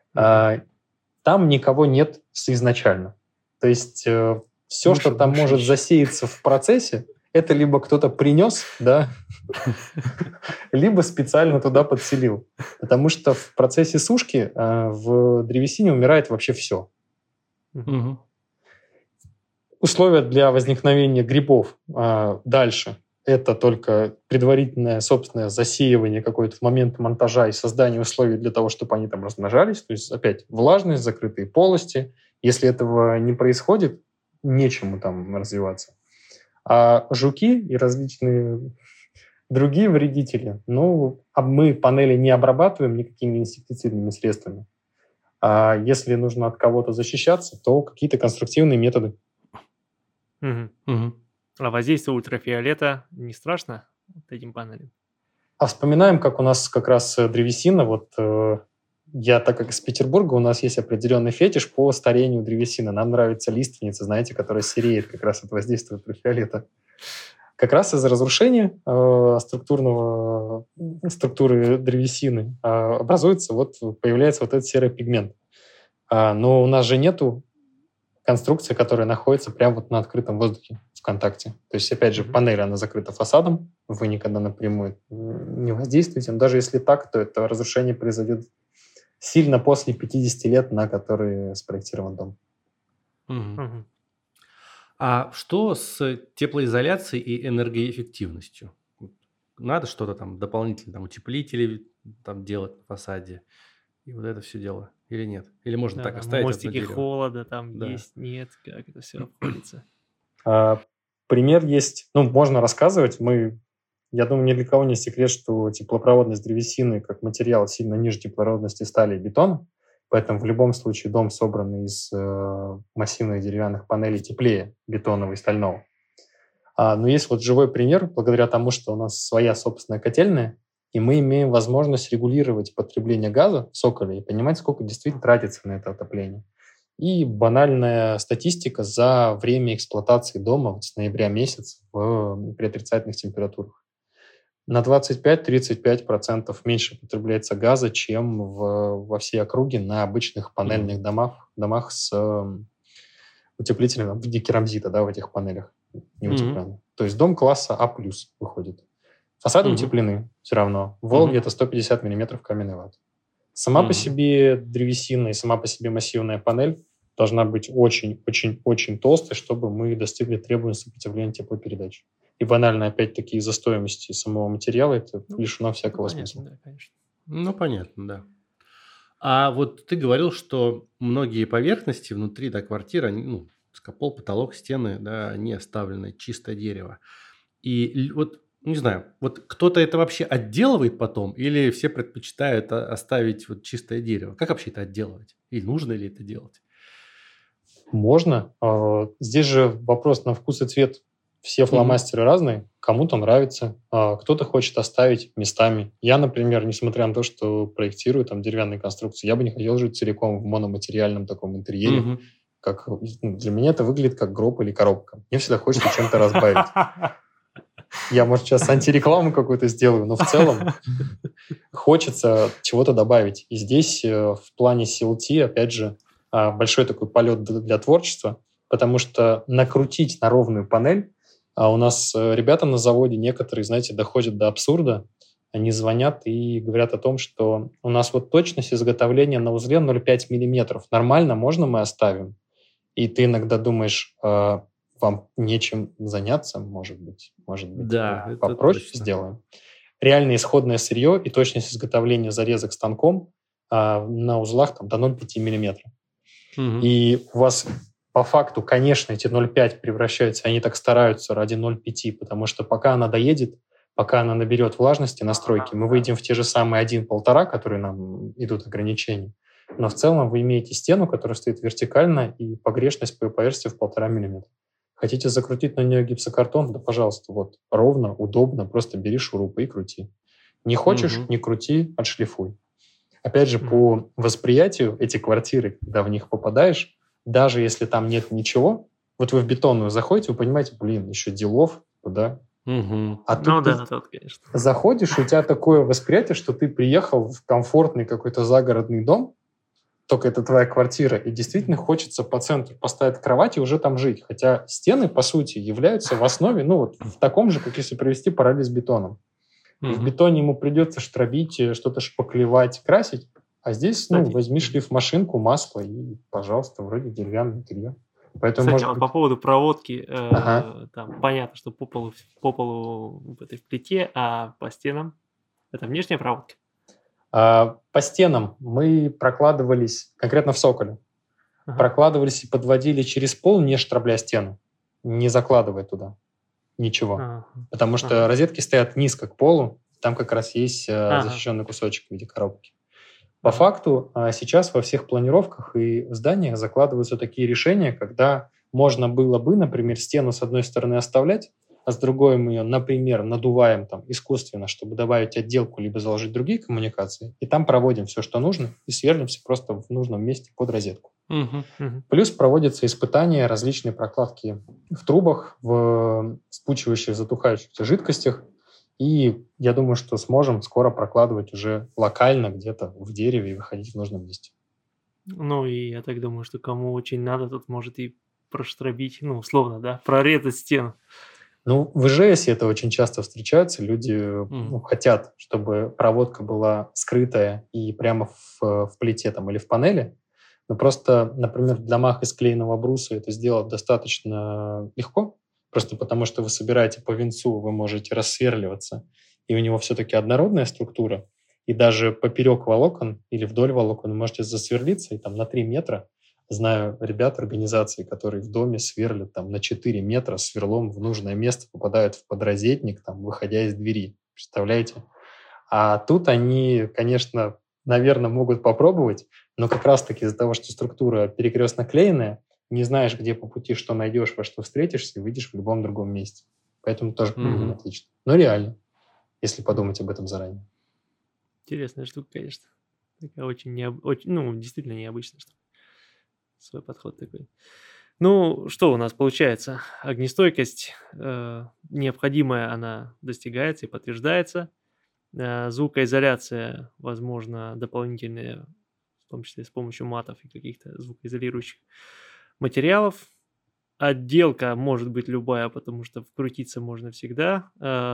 Там никого нет изначально. То есть все, что там может засеяться в процессе, это либо кто-то принес, да, либо специально туда подселил. Потому что в процессе сушки в древесине умирает вообще все. Условия для возникновения грибов дальше – это только предварительное собственное засеивание какой-то в момент монтажа и создание условий для того, чтобы они там размножались. То есть, опять, влажность, закрытые полости. Если этого не происходит, нечему там развиваться. А жуки и различные другие вредители, мы панели не обрабатываем никакими инсектицидными средствами. А если нужно от кого-то защищаться, то какие-то конструктивные методы. А воздействие ультрафиолета не страшно этим панелям? А вспоминаем, как у нас как раз древесина, я, так как из Петербурга, у нас есть определенный фетиш по старению древесины. Нам нравится лиственница, знаете, которая сереет как раз от воздействия ультрафиолета. Как раз из-за разрушения структуры древесины появляется этот серый пигмент. Но у нас же нету конструкции, которая находится прямо на открытом воздухе в контакте. То есть, опять же, панель, она закрыта фасадом, вы никогда напрямую не воздействуете. Но даже если так, то это разрушение произойдет сильно после 50 лет, на которые спроектирован дом. А что с теплоизоляцией и энергоэффективностью? Надо что-то там дополнительно, утеплители там делать на фасаде? И вот это все дело. Или нет? Или можно так оставить? Мостики холода там есть, нет? Как это все обходится? Пример есть. Можно рассказывать. Я думаю, ни для кого не секрет, что теплопроводность древесины как материал сильно ниже теплопроводности стали и бетона. Поэтому в любом случае дом, собранный из массивных деревянных панелей, теплее бетонного и стального. Но есть живой пример, благодаря тому, что у нас своя собственная котельная, и мы имеем возможность регулировать потребление газа в Соколе и понимать, сколько действительно тратится на это отопление. И банальная статистика за время эксплуатации дома с ноября месяца при отрицательных температурах. На 25-35% меньше потребляется газа, чем во всей округе на обычных панельных домах с утеплителем в виде керамзита, в этих панелях неутепленных. То есть дом класса А+ выходит. Фасады утеплены все равно. В Волге это 150 мм каменной ваты. Сама по себе древесина и сама по себе массивная панель должна быть очень-очень-очень толстой, чтобы мы достигли требований сопротивления теплопередачи. И банально, опять-таки, из-за стоимости самого материала это лишено всякого смысла. Да, конечно. Понятно, да. А вот ты говорил, что многие поверхности внутри квартиры, они, пол, потолок, стены, они оставлены чистое дерево. И вот, не знаю, вот кто-то это вообще отделывает потом или все предпочитают оставить чистое дерево? Как вообще это отделывать? И нужно ли это делать? Можно. Здесь же вопрос на вкус и цвет. Все фломастеры разные, кому-то нравится, кто-то хочет оставить местами. Я, например, несмотря на то, что проектирую деревянные конструкции, я бы не хотел жить целиком в мономатериальном таком интерьере. Как, для меня это выглядит как гроб или коробка. Мне всегда хочется чем-то разбавить. Я, может, сейчас антирекламу какую-то сделаю, но в целом хочется чего-то добавить. И здесь в плане CLT, опять же, большой такой полет для творчества, потому что накрутить на ровную панель, а у нас ребята на заводе, некоторые, знаете, доходят до абсурда. Они звонят и говорят о том, что у нас точность изготовления на узле 0,5 мм. Нормально, можно мы оставим? И ты иногда думаешь, вам нечем заняться, может быть, да, попроще сделаем. Реальное исходное сырье и точность изготовления зарезок станком на узлах до 0,5 мм. И у вас по факту, конечно, эти 0,5 превращаются, они так стараются ради 0,5, потому что пока она доедет, пока она наберет влажности настройки, мы выйдем в те же самые 1-1,5, которые нам идут ограничения. Но в целом вы имеете стену, которая стоит вертикально, и погрешность по поверхности в 1,5 мм. Хотите закрутить на нее гипсокартон? Да, пожалуйста, ровно, удобно, просто бери шурупы и крути. Не хочешь, не крути, отшлифуй. Опять же, по восприятию эти квартиры, когда в них попадаешь, даже если там нет ничего, вы в бетонную заходите, вы понимаете, еще делов, да? А тут конечно. Заходишь, и у тебя такое восприятие, что ты приехал в комфортный какой-то загородный дом, только это твоя квартира, и действительно хочется по центру поставить кровать и уже там жить. Хотя стены, по сути, являются в основе, в таком же, как если провести параллель с бетоном. В бетоне ему придется штробить, что-то шпаклевать, красить, а здесь, возьми шлифмашинку, масло и, пожалуйста, вроде деревянный интерьер. Поэтому, кстати, по поводу проводки, там понятно, что по полу в плите, а по стенам это внешняя проводка? По стенам мы прокладывались, конкретно в Соколе, прокладывались и подводили через пол, не штробля стену, не закладывая туда ничего. Потому что розетки стоят низко к полу, там как раз есть защищенный кусочек в виде коробки. По факту сейчас во всех планировках и зданиях закладываются такие решения, когда можно было бы, например, стену с одной стороны оставлять, а с другой мы ее, например, надуваем искусственно, чтобы добавить отделку, либо заложить другие коммуникации, и там проводим все, что нужно, и сверлимся просто в нужном месте под розетку. Плюс проводятся испытания различной прокладки в трубах, в вспучивающих, затухающихся жидкостях, и я думаю, что сможем скоро прокладывать уже локально где-то в дереве и выходить в нужном месте. И я так думаю, что кому очень надо, тот может и проштробить, условно, прорезать стену. В ИЖС это очень часто встречается. Люди хотят, чтобы проводка была скрытая и прямо в плите или в панели. Но просто, например, в домах из клееного бруса это сделать достаточно легко, просто потому что вы собираете по венцу, вы можете рассверливаться, и у него все-таки однородная структура, и даже поперек волокон или вдоль волокон вы можете засверлиться, и на 3 метра. Знаю ребят, организации, которые в доме сверлят на 4 метра сверлом в нужное место, попадают в подрозетник, выходя из двери. Представляете? А тут они, конечно, наверное, могут попробовать, но как раз-таки из-за того, что структура перекрестно клеенная, не знаешь, где по пути что найдешь, во что встретишься, и выйдешь в любом другом месте. Поэтому тоже отлично. Но реально, если подумать об этом заранее. Интересная штука, конечно. Такая очень действительно необычная штука. свой подход такой. Ну, что у нас получается? Огнестойкость необходимая, она достигается и подтверждается. Звукоизоляция, возможно, дополнительная, в том числе с помощью матов и каких-то звукоизолирующих материалов. Отделка может быть любая, потому что вкрутиться можно всегда.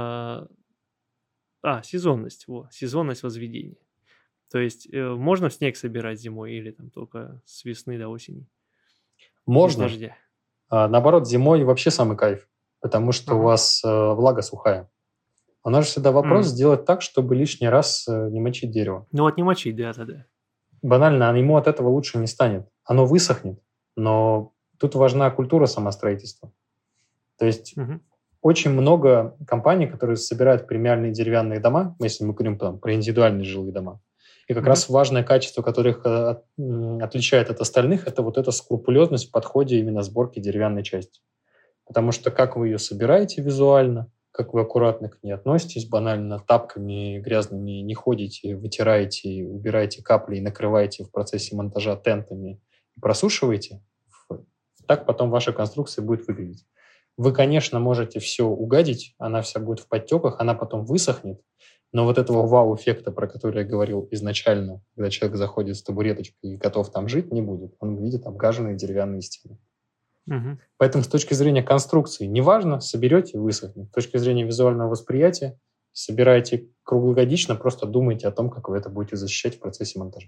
Сезонность. Сезонность возведения. То есть можно снег собирать зимой или там только с весны до осени? Можно. Без дождя. Наоборот, зимой вообще самый кайф, потому что у вас влага сухая. У нас же всегда вопрос сделать так, чтобы лишний раз не мочить дерево. Ну вот не мочить, да. Банально, ему от этого лучше не станет. Оно высохнет, но тут важна культура самостроительства. То есть очень много компаний, которые собирают премиальные деревянные дома, если мы говорим про индивидуальные жилые дома. И как раз важное качество, которое их отличает от остальных, это вот эта скрупулезность в подходе именно сборки деревянной части. Потому что как вы ее собираете визуально, как вы аккуратно к ней относитесь, банально тапками грязными не ходите, вытираете, убираете капли и накрываете в процессе монтажа тентами и просушиваете, так потом ваша конструкция будет выглядеть. Вы, конечно, можете все угадить, она вся будет в подтеках, она потом высохнет, но вот этого вау-эффекта, про который я говорил изначально, когда человек заходит с табуреточкой и готов там жить, не будет. Он видит обгаженные деревянные стены. Поэтому с точки зрения конструкции, неважно, соберете и высохнет. С точки зрения визуального восприятия, собираете круглогодично, просто думайте о том, как вы это будете защищать в процессе монтажа.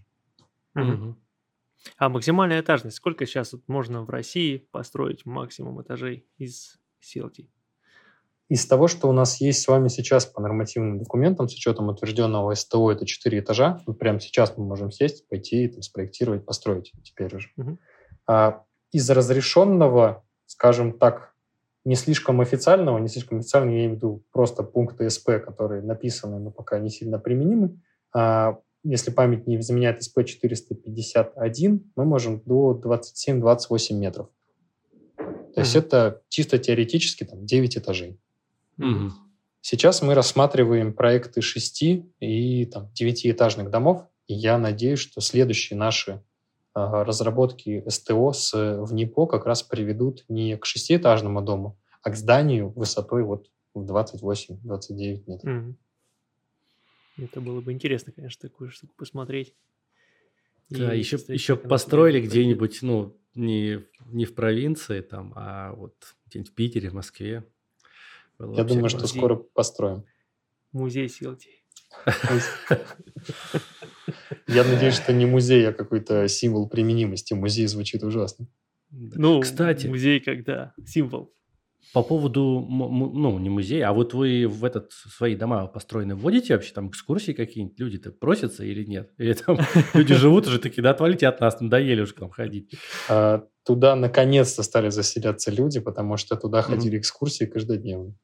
А максимальная этажность, сколько сейчас можно в России построить максимум этажей из CLT? Из того, что у нас есть с вами сейчас по нормативным документам, с учетом утвержденного СТО, это 4 этажа. Вот прямо сейчас мы можем сесть, пойти, там, спроектировать, построить теперь уже. Из разрешенного, скажем так, не слишком официального, я имею в виду просто пункты СП, которые написаны, но пока не сильно применимы. Если память не изменяет СП 451, мы можем до 27-28 метров. То есть это чисто теоретически 9 этажей. Сейчас мы рассматриваем проекты 6 и 9-этажных домов, и я надеюсь, что следующие наши разработки СТО с ВНИПО как раз приведут не к 6-этажному дому, а к зданию высотой в 28-29 метров. Это было бы интересно, конечно, такую штуку посмотреть. Да, еще построили где-нибудь, не в провинции, а вот где-нибудь в Питере, в Москве. Я думаю, что скоро построим. Музей CLT. Я надеюсь, что не музей, а какой-то символ применимости. Музей звучит ужасно. Кстати, музей когда символ. По поводу, не музея, а вот вы в свои дома построены вводите вообще там экскурсии какие-нибудь? Люди-то просятся или нет? Или там люди живут уже такие, да отвалите от нас, надоели уже к нам ходить. Туда наконец-то стали заселяться люди, потому что туда ходили экскурсии каждодневно.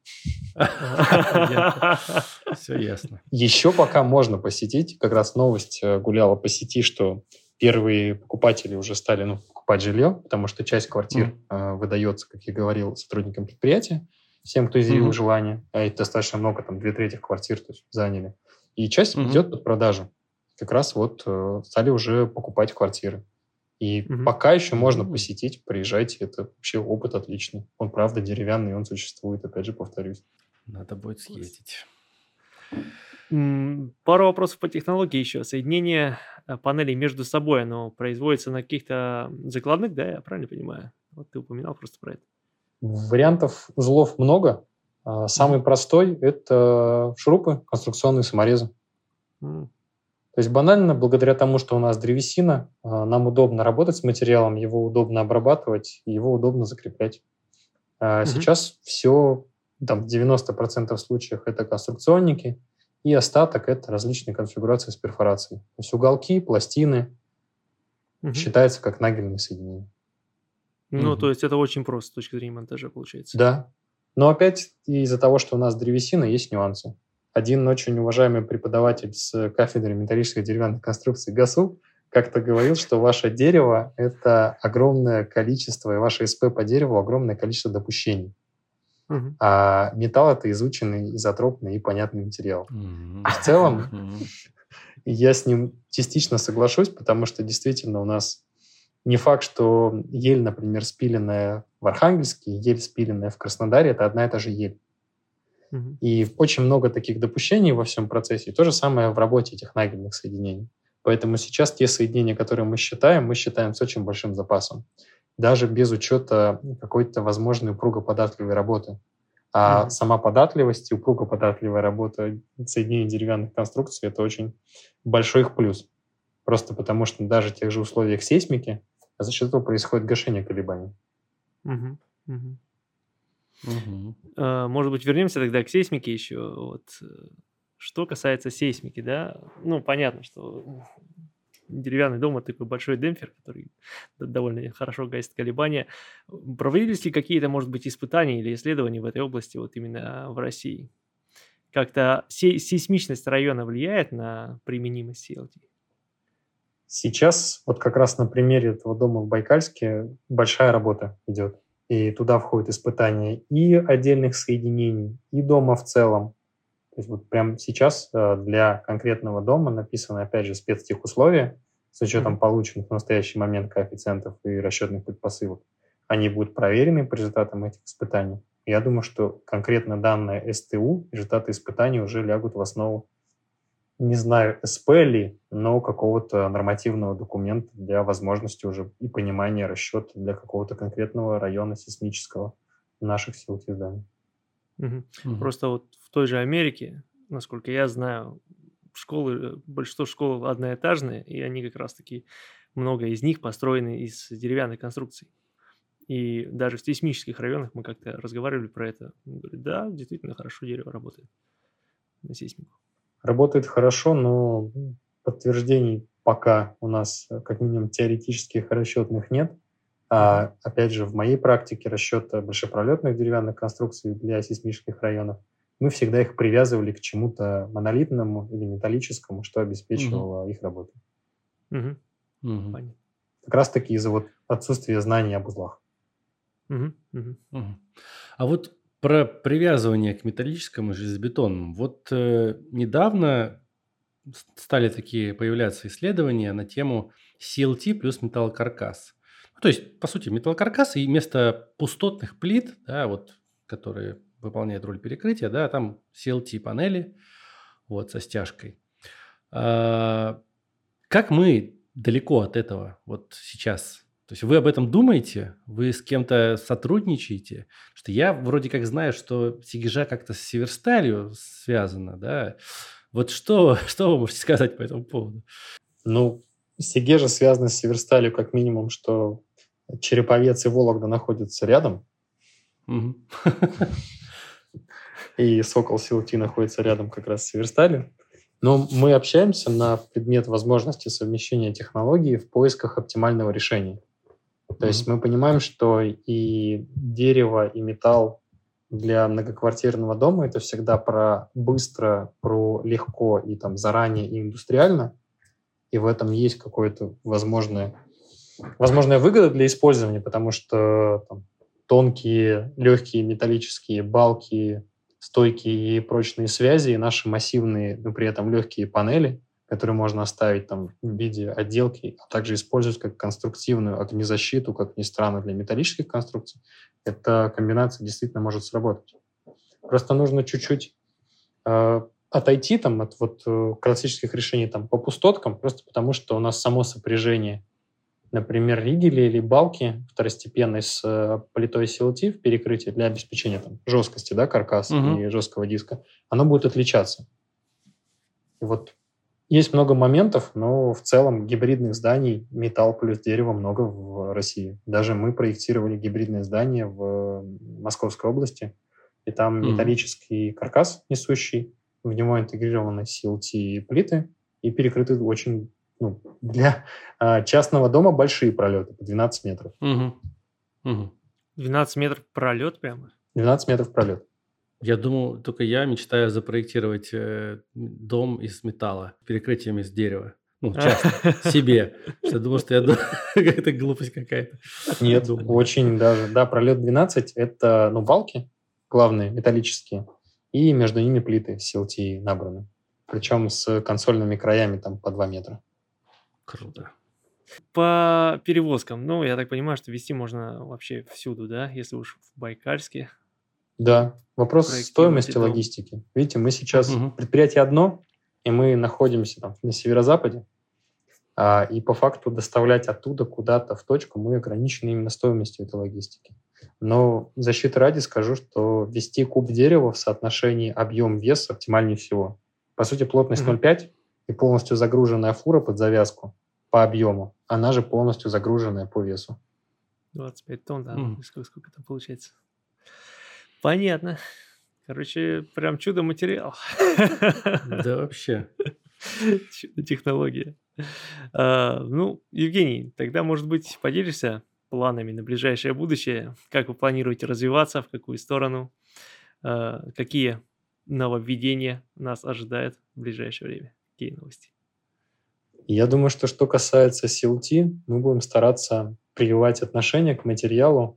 Все ясно. Еще пока можно посетить, как раз новость гуляла по сети, что первые покупатели уже стали покупать жилье, потому что часть квартир выдается, как я говорил, сотрудникам предприятия, всем, кто изъявил желание, а это достаточно много, 2/3 квартир заняли. И часть идет под продажу. Как раз стали уже покупать квартиры. И пока еще можно посетить, приезжайте, это вообще опыт отличный. Он, правда, деревянный, он существует, опять же, повторюсь. Надо будет съездить. Пару вопросов по технологии еще. Соединение панелей между собой, оно производится на каких-то закладных, да, я правильно понимаю? Вот ты упоминал просто про это. Вариантов узлов много. Самый простой – это шурупы, конструкционные саморезы. То есть банально, благодаря тому, что у нас древесина, нам удобно работать с материалом, его удобно обрабатывать, его удобно закреплять. Сейчас все, в 90% случаев это конструкционники, и остаток – это различные конфигурации с перфорацией. То есть уголки, пластины считаются как нагельные соединения. То есть это очень просто с точки зрения монтажа получается. Да. Но опять из-за того, что у нас древесина, есть нюансы. Один очень уважаемый преподаватель с кафедры металлических деревянных конструкций ГАСУ как-то говорил, что ваше дерево – это огромное количество, и ваше СП по дереву – огромное количество допущений. А металл – это изученный, изотропный и понятный материал. В целом, я с ним частично соглашусь, потому что действительно у нас не факт, что ель, например, спиленная в Архангельске, ель, спиленная в Краснодаре, это одна и та же ель. И очень много таких допущений во всем процессе. И то же самое в работе этих нагельных соединений. Поэтому сейчас те соединения, которые мы считаем с очень большим запасом. Даже без учета какой-то возможной упругоподатливой работы. А сама податливость и упругоподатливая работа соединений деревянных конструкций – это очень большой их плюс. Просто потому, что даже в тех же условиях сейсмики за счет этого происходит гашение колебаний. Может быть, вернемся тогда к сейсмике еще. Вот, что касается сейсмики, да, ну, понятно, что деревянный дом – это такой большой демпфер, который довольно хорошо гасит колебания. Проводились ли какие-то, может быть, испытания или исследования в этой области вот именно в России? Как-то сейсмичность района влияет на применимость CLT? Сейчас вот как раз на примере этого дома в Байкальске большая работа идет. И туда входят испытания и отдельных соединений, и дома в целом. То есть вот прямо сейчас для конкретного дома написаны, опять же, спецтехусловия с учетом полученных в настоящий момент коэффициентов и расчетных предпосылок. Они будут проверены по результатам этих испытаний. Я думаю, что конкретно данное СТУ, результаты испытаний уже лягут в основу, не знаю, СП ли, но какого-то нормативного документа для возможности уже и понимания расчета для какого-то конкретного района сейсмического наших CLT зданий. Просто вот в той же Америке, насколько я знаю, школы, большинство школ одноэтажные, и они как раз-таки, много из них построены из деревянной конструкции. И даже в сейсмических районах мы как-то разговаривали про это. Говорят, да, действительно хорошо дерево работает на сейсмику. Работает хорошо, но подтверждений пока у нас как минимум теоретических расчетных нет. А опять же, в моей практике расчета большепролетных деревянных конструкций для сейсмических районов мы всегда их привязывали к чему-то монолитному или металлическому, что обеспечивало их работу. Понятно. Как раз-таки из-за вот отсутствия знаний об узлах. А вот про привязывание к металлическому и железобетонному. Вот недавно стали такие появляться исследования на тему CLT плюс металлокаркас. Ну, то есть, по сути, металлокаркас и вместо пустотных плит, да, вот, которые выполняют роль перекрытия, да, там CLT-панели вот, со стяжкой. Как мы далеко от этого вот сейчас? То есть вы об этом думаете? Вы с кем-то сотрудничаете? Потому что я вроде как знаю, что Сигежа как-то с Северсталью связана, да? Вот что вы можете сказать по этому поводу? Ну, Сигежа связана с Северсталью как минимум, что Череповец и Вологда находятся рядом. И Сокол CLT находится рядом как раз с Северсталью. Но мы общаемся на предмет возможности совмещения технологий в поисках оптимального решения. То есть мы понимаем, что и дерево, и металл для многоквартирного дома – это всегда про быстро, про легко и там заранее и индустриально. И в этом есть какое-то возможная выгода для использования, потому что там, тонкие, легкие металлические балки, стойкие и прочные связи, и наши массивные, но при этом легкие панели, которые можно оставить там в виде отделки, а также использовать как конструктивную огнезащиту, как ни странно, для металлических конструкций, эта комбинация действительно может сработать. Просто нужно чуть-чуть отойти там, от вот классических решений там, по пустоткам, просто потому что у нас само сопряжение, например, ригели или балки второстепенной с плитой CLT в перекрытии для обеспечения там, жесткости, да, каркаса и жесткого диска, оно будет отличаться. И вот есть много моментов, но в целом гибридных зданий металл плюс дерево много в России. Даже мы проектировали гибридное здание в Московской области, и там металлический каркас несущий, в него интегрированы CLT плиты и перекрыты очень, для частного дома большие пролеты, по 12 метров. 12 метров пролет прямо? 12 метров пролет. Я думаю, только я мечтаю запроектировать дом из металла, перекрытием из дерева. Ну, часто, себе. Я думаю, что это глупость какая-то. Нет, очень даже. Да, пролет 12 – это балки главные, металлические, и между ними плиты CLT набраны. Причем с консольными краями там по 2 метра. Круто. По перевозкам, ну, я так понимаю, что везти можно вообще всюду, да, если уж в Байкальске Да, вопрос проектировать стоимости дом. логистики. Видите, мы сейчас Мгм. предприятие одно, и мы находимся там на северо-западе, и по факту доставлять оттуда куда-то в точку мы ограничены именно стоимостью этой логистики. Но защиты ради скажу, что вести куб дерева в соотношении объем-вес оптимальнее всего. По сути, плотность Мгм. 0,5 и полностью загруженная фура под завязку по объему, она же полностью загруженная по весу. 25 тонн, да, Мгм. сколько там получается. Понятно. Короче, прям чудо-материал. Да вообще. Чудо-технология. Ну, Евгений, тогда, может быть, поделишься планами на ближайшее будущее? Как вы планируете развиваться, в какую сторону? Какие нововведения нас ожидают в ближайшее время? Какие новости? Я думаю, что касается CLT, мы будем стараться прививать отношение к материалу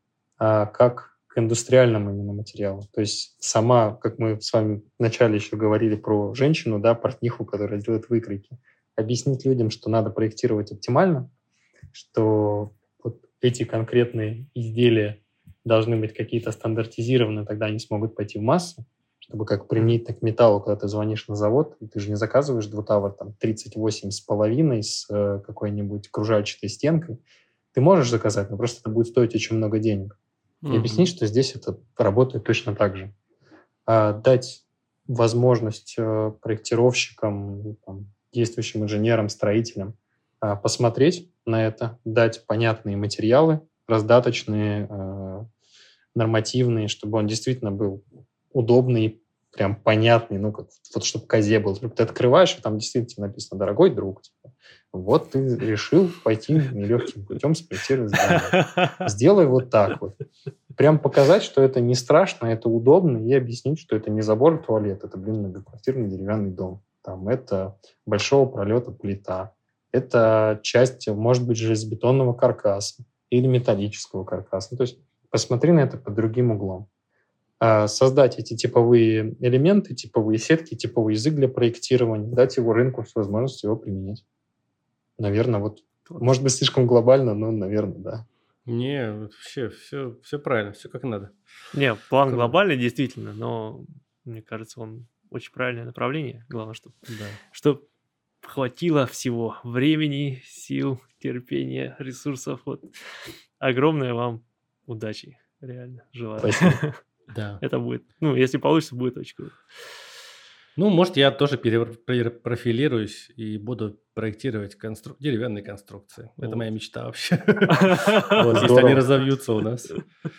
как к индустриальному именно материалу. То есть сама, как мы с вами вначале еще говорили про женщину, да, портниху, которая делает выкройки, объяснить людям, что надо проектировать оптимально, что вот эти конкретные изделия должны быть какие-то стандартизированы, тогда они смогут пойти в массу, чтобы как применить так к металлу, когда ты звонишь на завод, и ты же не заказываешь двутавр там 38,5 с какой-нибудь кружальчатой стенкой. Ты можешь заказать, но просто это будет стоить очень много денег. И объяснить, что здесь это работает точно так же. Дать возможность проектировщикам, там, действующим инженерам, строителям посмотреть на это, дать понятные материалы, раздаточные, нормативные, чтобы он действительно был удобный, прям понятный, ну, как, вот, чтобы козе был. Ты открываешь, и там действительно написано «Дорогой друг». Типа, вот ты решил пойти нелегким путем спроектировать здание. Сделай вот так вот. Прям показать, что это не страшно, это удобно, и объяснить, что это не забор и туалет, это, многоквартирный деревянный дом. Там, это большого пролета плита. Это часть, может быть, железобетонного каркаса или металлического каркаса. То есть посмотри на это под другим углом. Создать эти типовые элементы, типовые сетки, типовый язык для проектирования, дать его рынку с возможностью его применять. Наверное, вот, может быть, слишком глобально, но, наверное, да. Не, вообще все правильно, все как надо. Не, план Круто. глобальный действительно, но мне кажется, он очень правильное направление. Главное, Да. чтобы хватило всего времени, сил, терпения, ресурсов. Вот. Огромное вам удачи, реально, желаю. Спасибо. Да. Это будет, ну, если получится, будет очень круто. Ну, может, я тоже профилируюсь и буду проектировать деревянные конструкции. Это Вот. моя мечта вообще. Вот, если они разовьются у нас.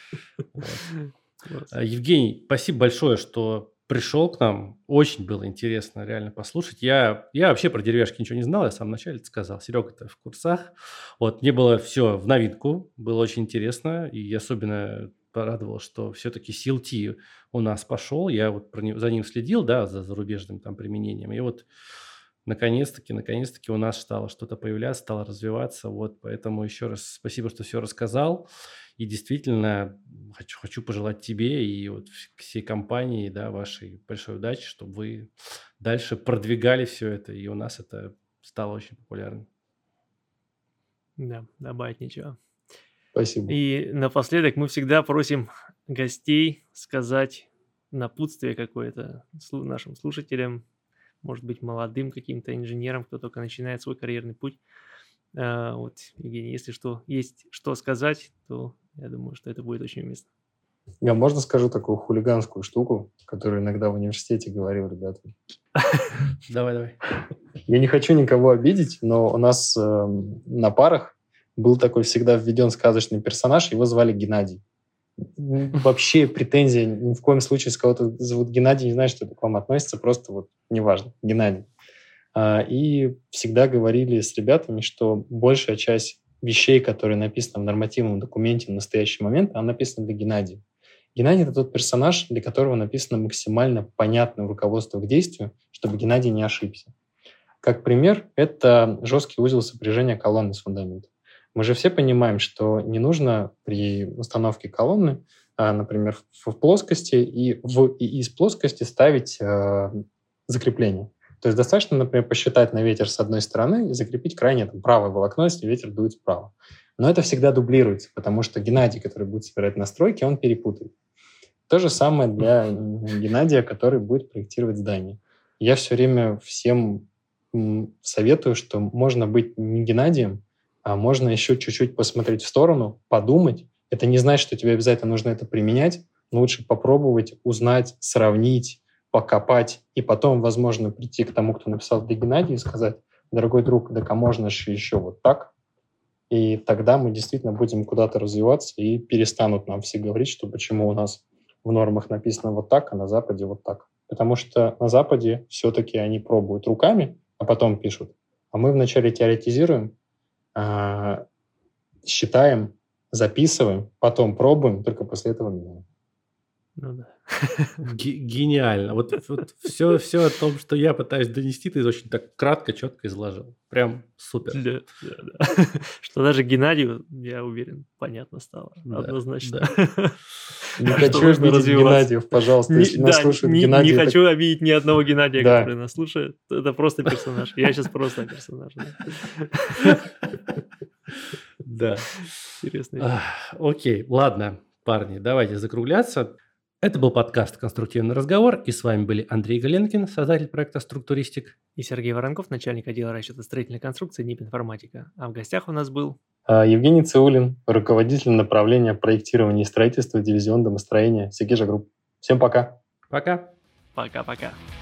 Вот. Евгений, спасибо большое, что пришел к нам. Очень было интересно реально послушать. Я вообще про деревяшки ничего не знал, я в самом начале сказал. Серега-то в курсах. Вот, мне было все в новинку, было очень интересно. И особенно порадовало, что все-таки CLT у нас пошел. Я вот за ним следил, да, за зарубежным там применением. И вот наконец-таки у нас стало что-то появляться, стало развиваться. Вот, поэтому еще раз спасибо, что все рассказал. И действительно хочу пожелать тебе и вот всей компании, да, вашей большой удачи, чтобы вы дальше продвигали все это, и у нас это стало очень популярным. Да, добавить нечего. Спасибо. И напоследок мы всегда просим гостей сказать напутствие какое-то нашим слушателям, может быть, молодым каким-то инженерам, кто только начинает свой карьерный путь. Вот, Евгений, если есть что сказать, то я думаю, что это будет очень уместно. Я можно скажу такую хулиганскую штуку, которую иногда в университете говорил ребятам? Давай. Я не хочу никого обидеть, но у нас на парах был такой всегда введен сказочный персонаж, его звали Геннадий. Вообще претензия ни в коем случае, с кого-то зовут Геннадий, не знаю, что это к вам относится, просто вот неважно, Геннадий. И всегда говорили с ребятами, что большая часть вещей, которые написаны в нормативном документе в настоящий момент, она написана для Геннадия. Геннадий – это тот персонаж, для которого написано максимально понятное руководство к действию, чтобы Геннадий не ошибся. Как пример, это жесткий узел сопряжения колонны с фундаментом. Мы же все понимаем, что не нужно при установке колонны, например, в плоскости и из плоскости ставить закрепление. То есть достаточно, например, посчитать на ветер с одной стороны и закрепить крайнее правое волокно, если ветер дует вправо. Но это всегда дублируется, потому что Геннадий, который будет собирать настройки, он перепутает. То же самое для Геннадия, который будет проектировать здание. Я все время всем советую, что можно быть не Геннадием, а можно еще чуть-чуть посмотреть в сторону, подумать. Это не значит, что тебе обязательно нужно это применять, но лучше попробовать, узнать, сравнить, покопать, и потом, возможно, прийти к тому, кто написал для Геннадия, и сказать: дорогой друг, так а можно же еще вот так? И тогда мы действительно будем куда-то развиваться, и перестанут нам все говорить, что почему у нас в нормах написано вот так, а на Западе вот так. Потому что на Западе все-таки они пробуют руками, а потом пишут. А мы вначале теоретизируем, считаем, записываем, потом пробуем, только после этого меняем. Ну да. Гениально. Вот все о том, что я пытаюсь донести, ты очень так кратко, четко изложил. Прям супер. Да. Что даже Геннадию, я уверен, понятно стало. Однозначно. Не хочу обидеть Геннадиев, пожалуйста, если нас слушает Геннадий. Не хочу обидеть ни одного Геннадия, который нас слушает. Это просто персонаж. Я сейчас просто персонаж. Да. Интересно. Окей, ладно, парни, давайте закругляться. Это был подкаст «Конструктивный разговор», и с вами были Андрей Галенкин, создатель проекта «Структуристик». И Сергей Воронков, начальник отдела расчета строительной конструкции НИП «Информатика». А в гостях у нас был... Евгений Цаулин, руководитель направления проектирования и строительства, дивизион домостроения Сегежа Групп. Всем пока. Пока. Пока-пока.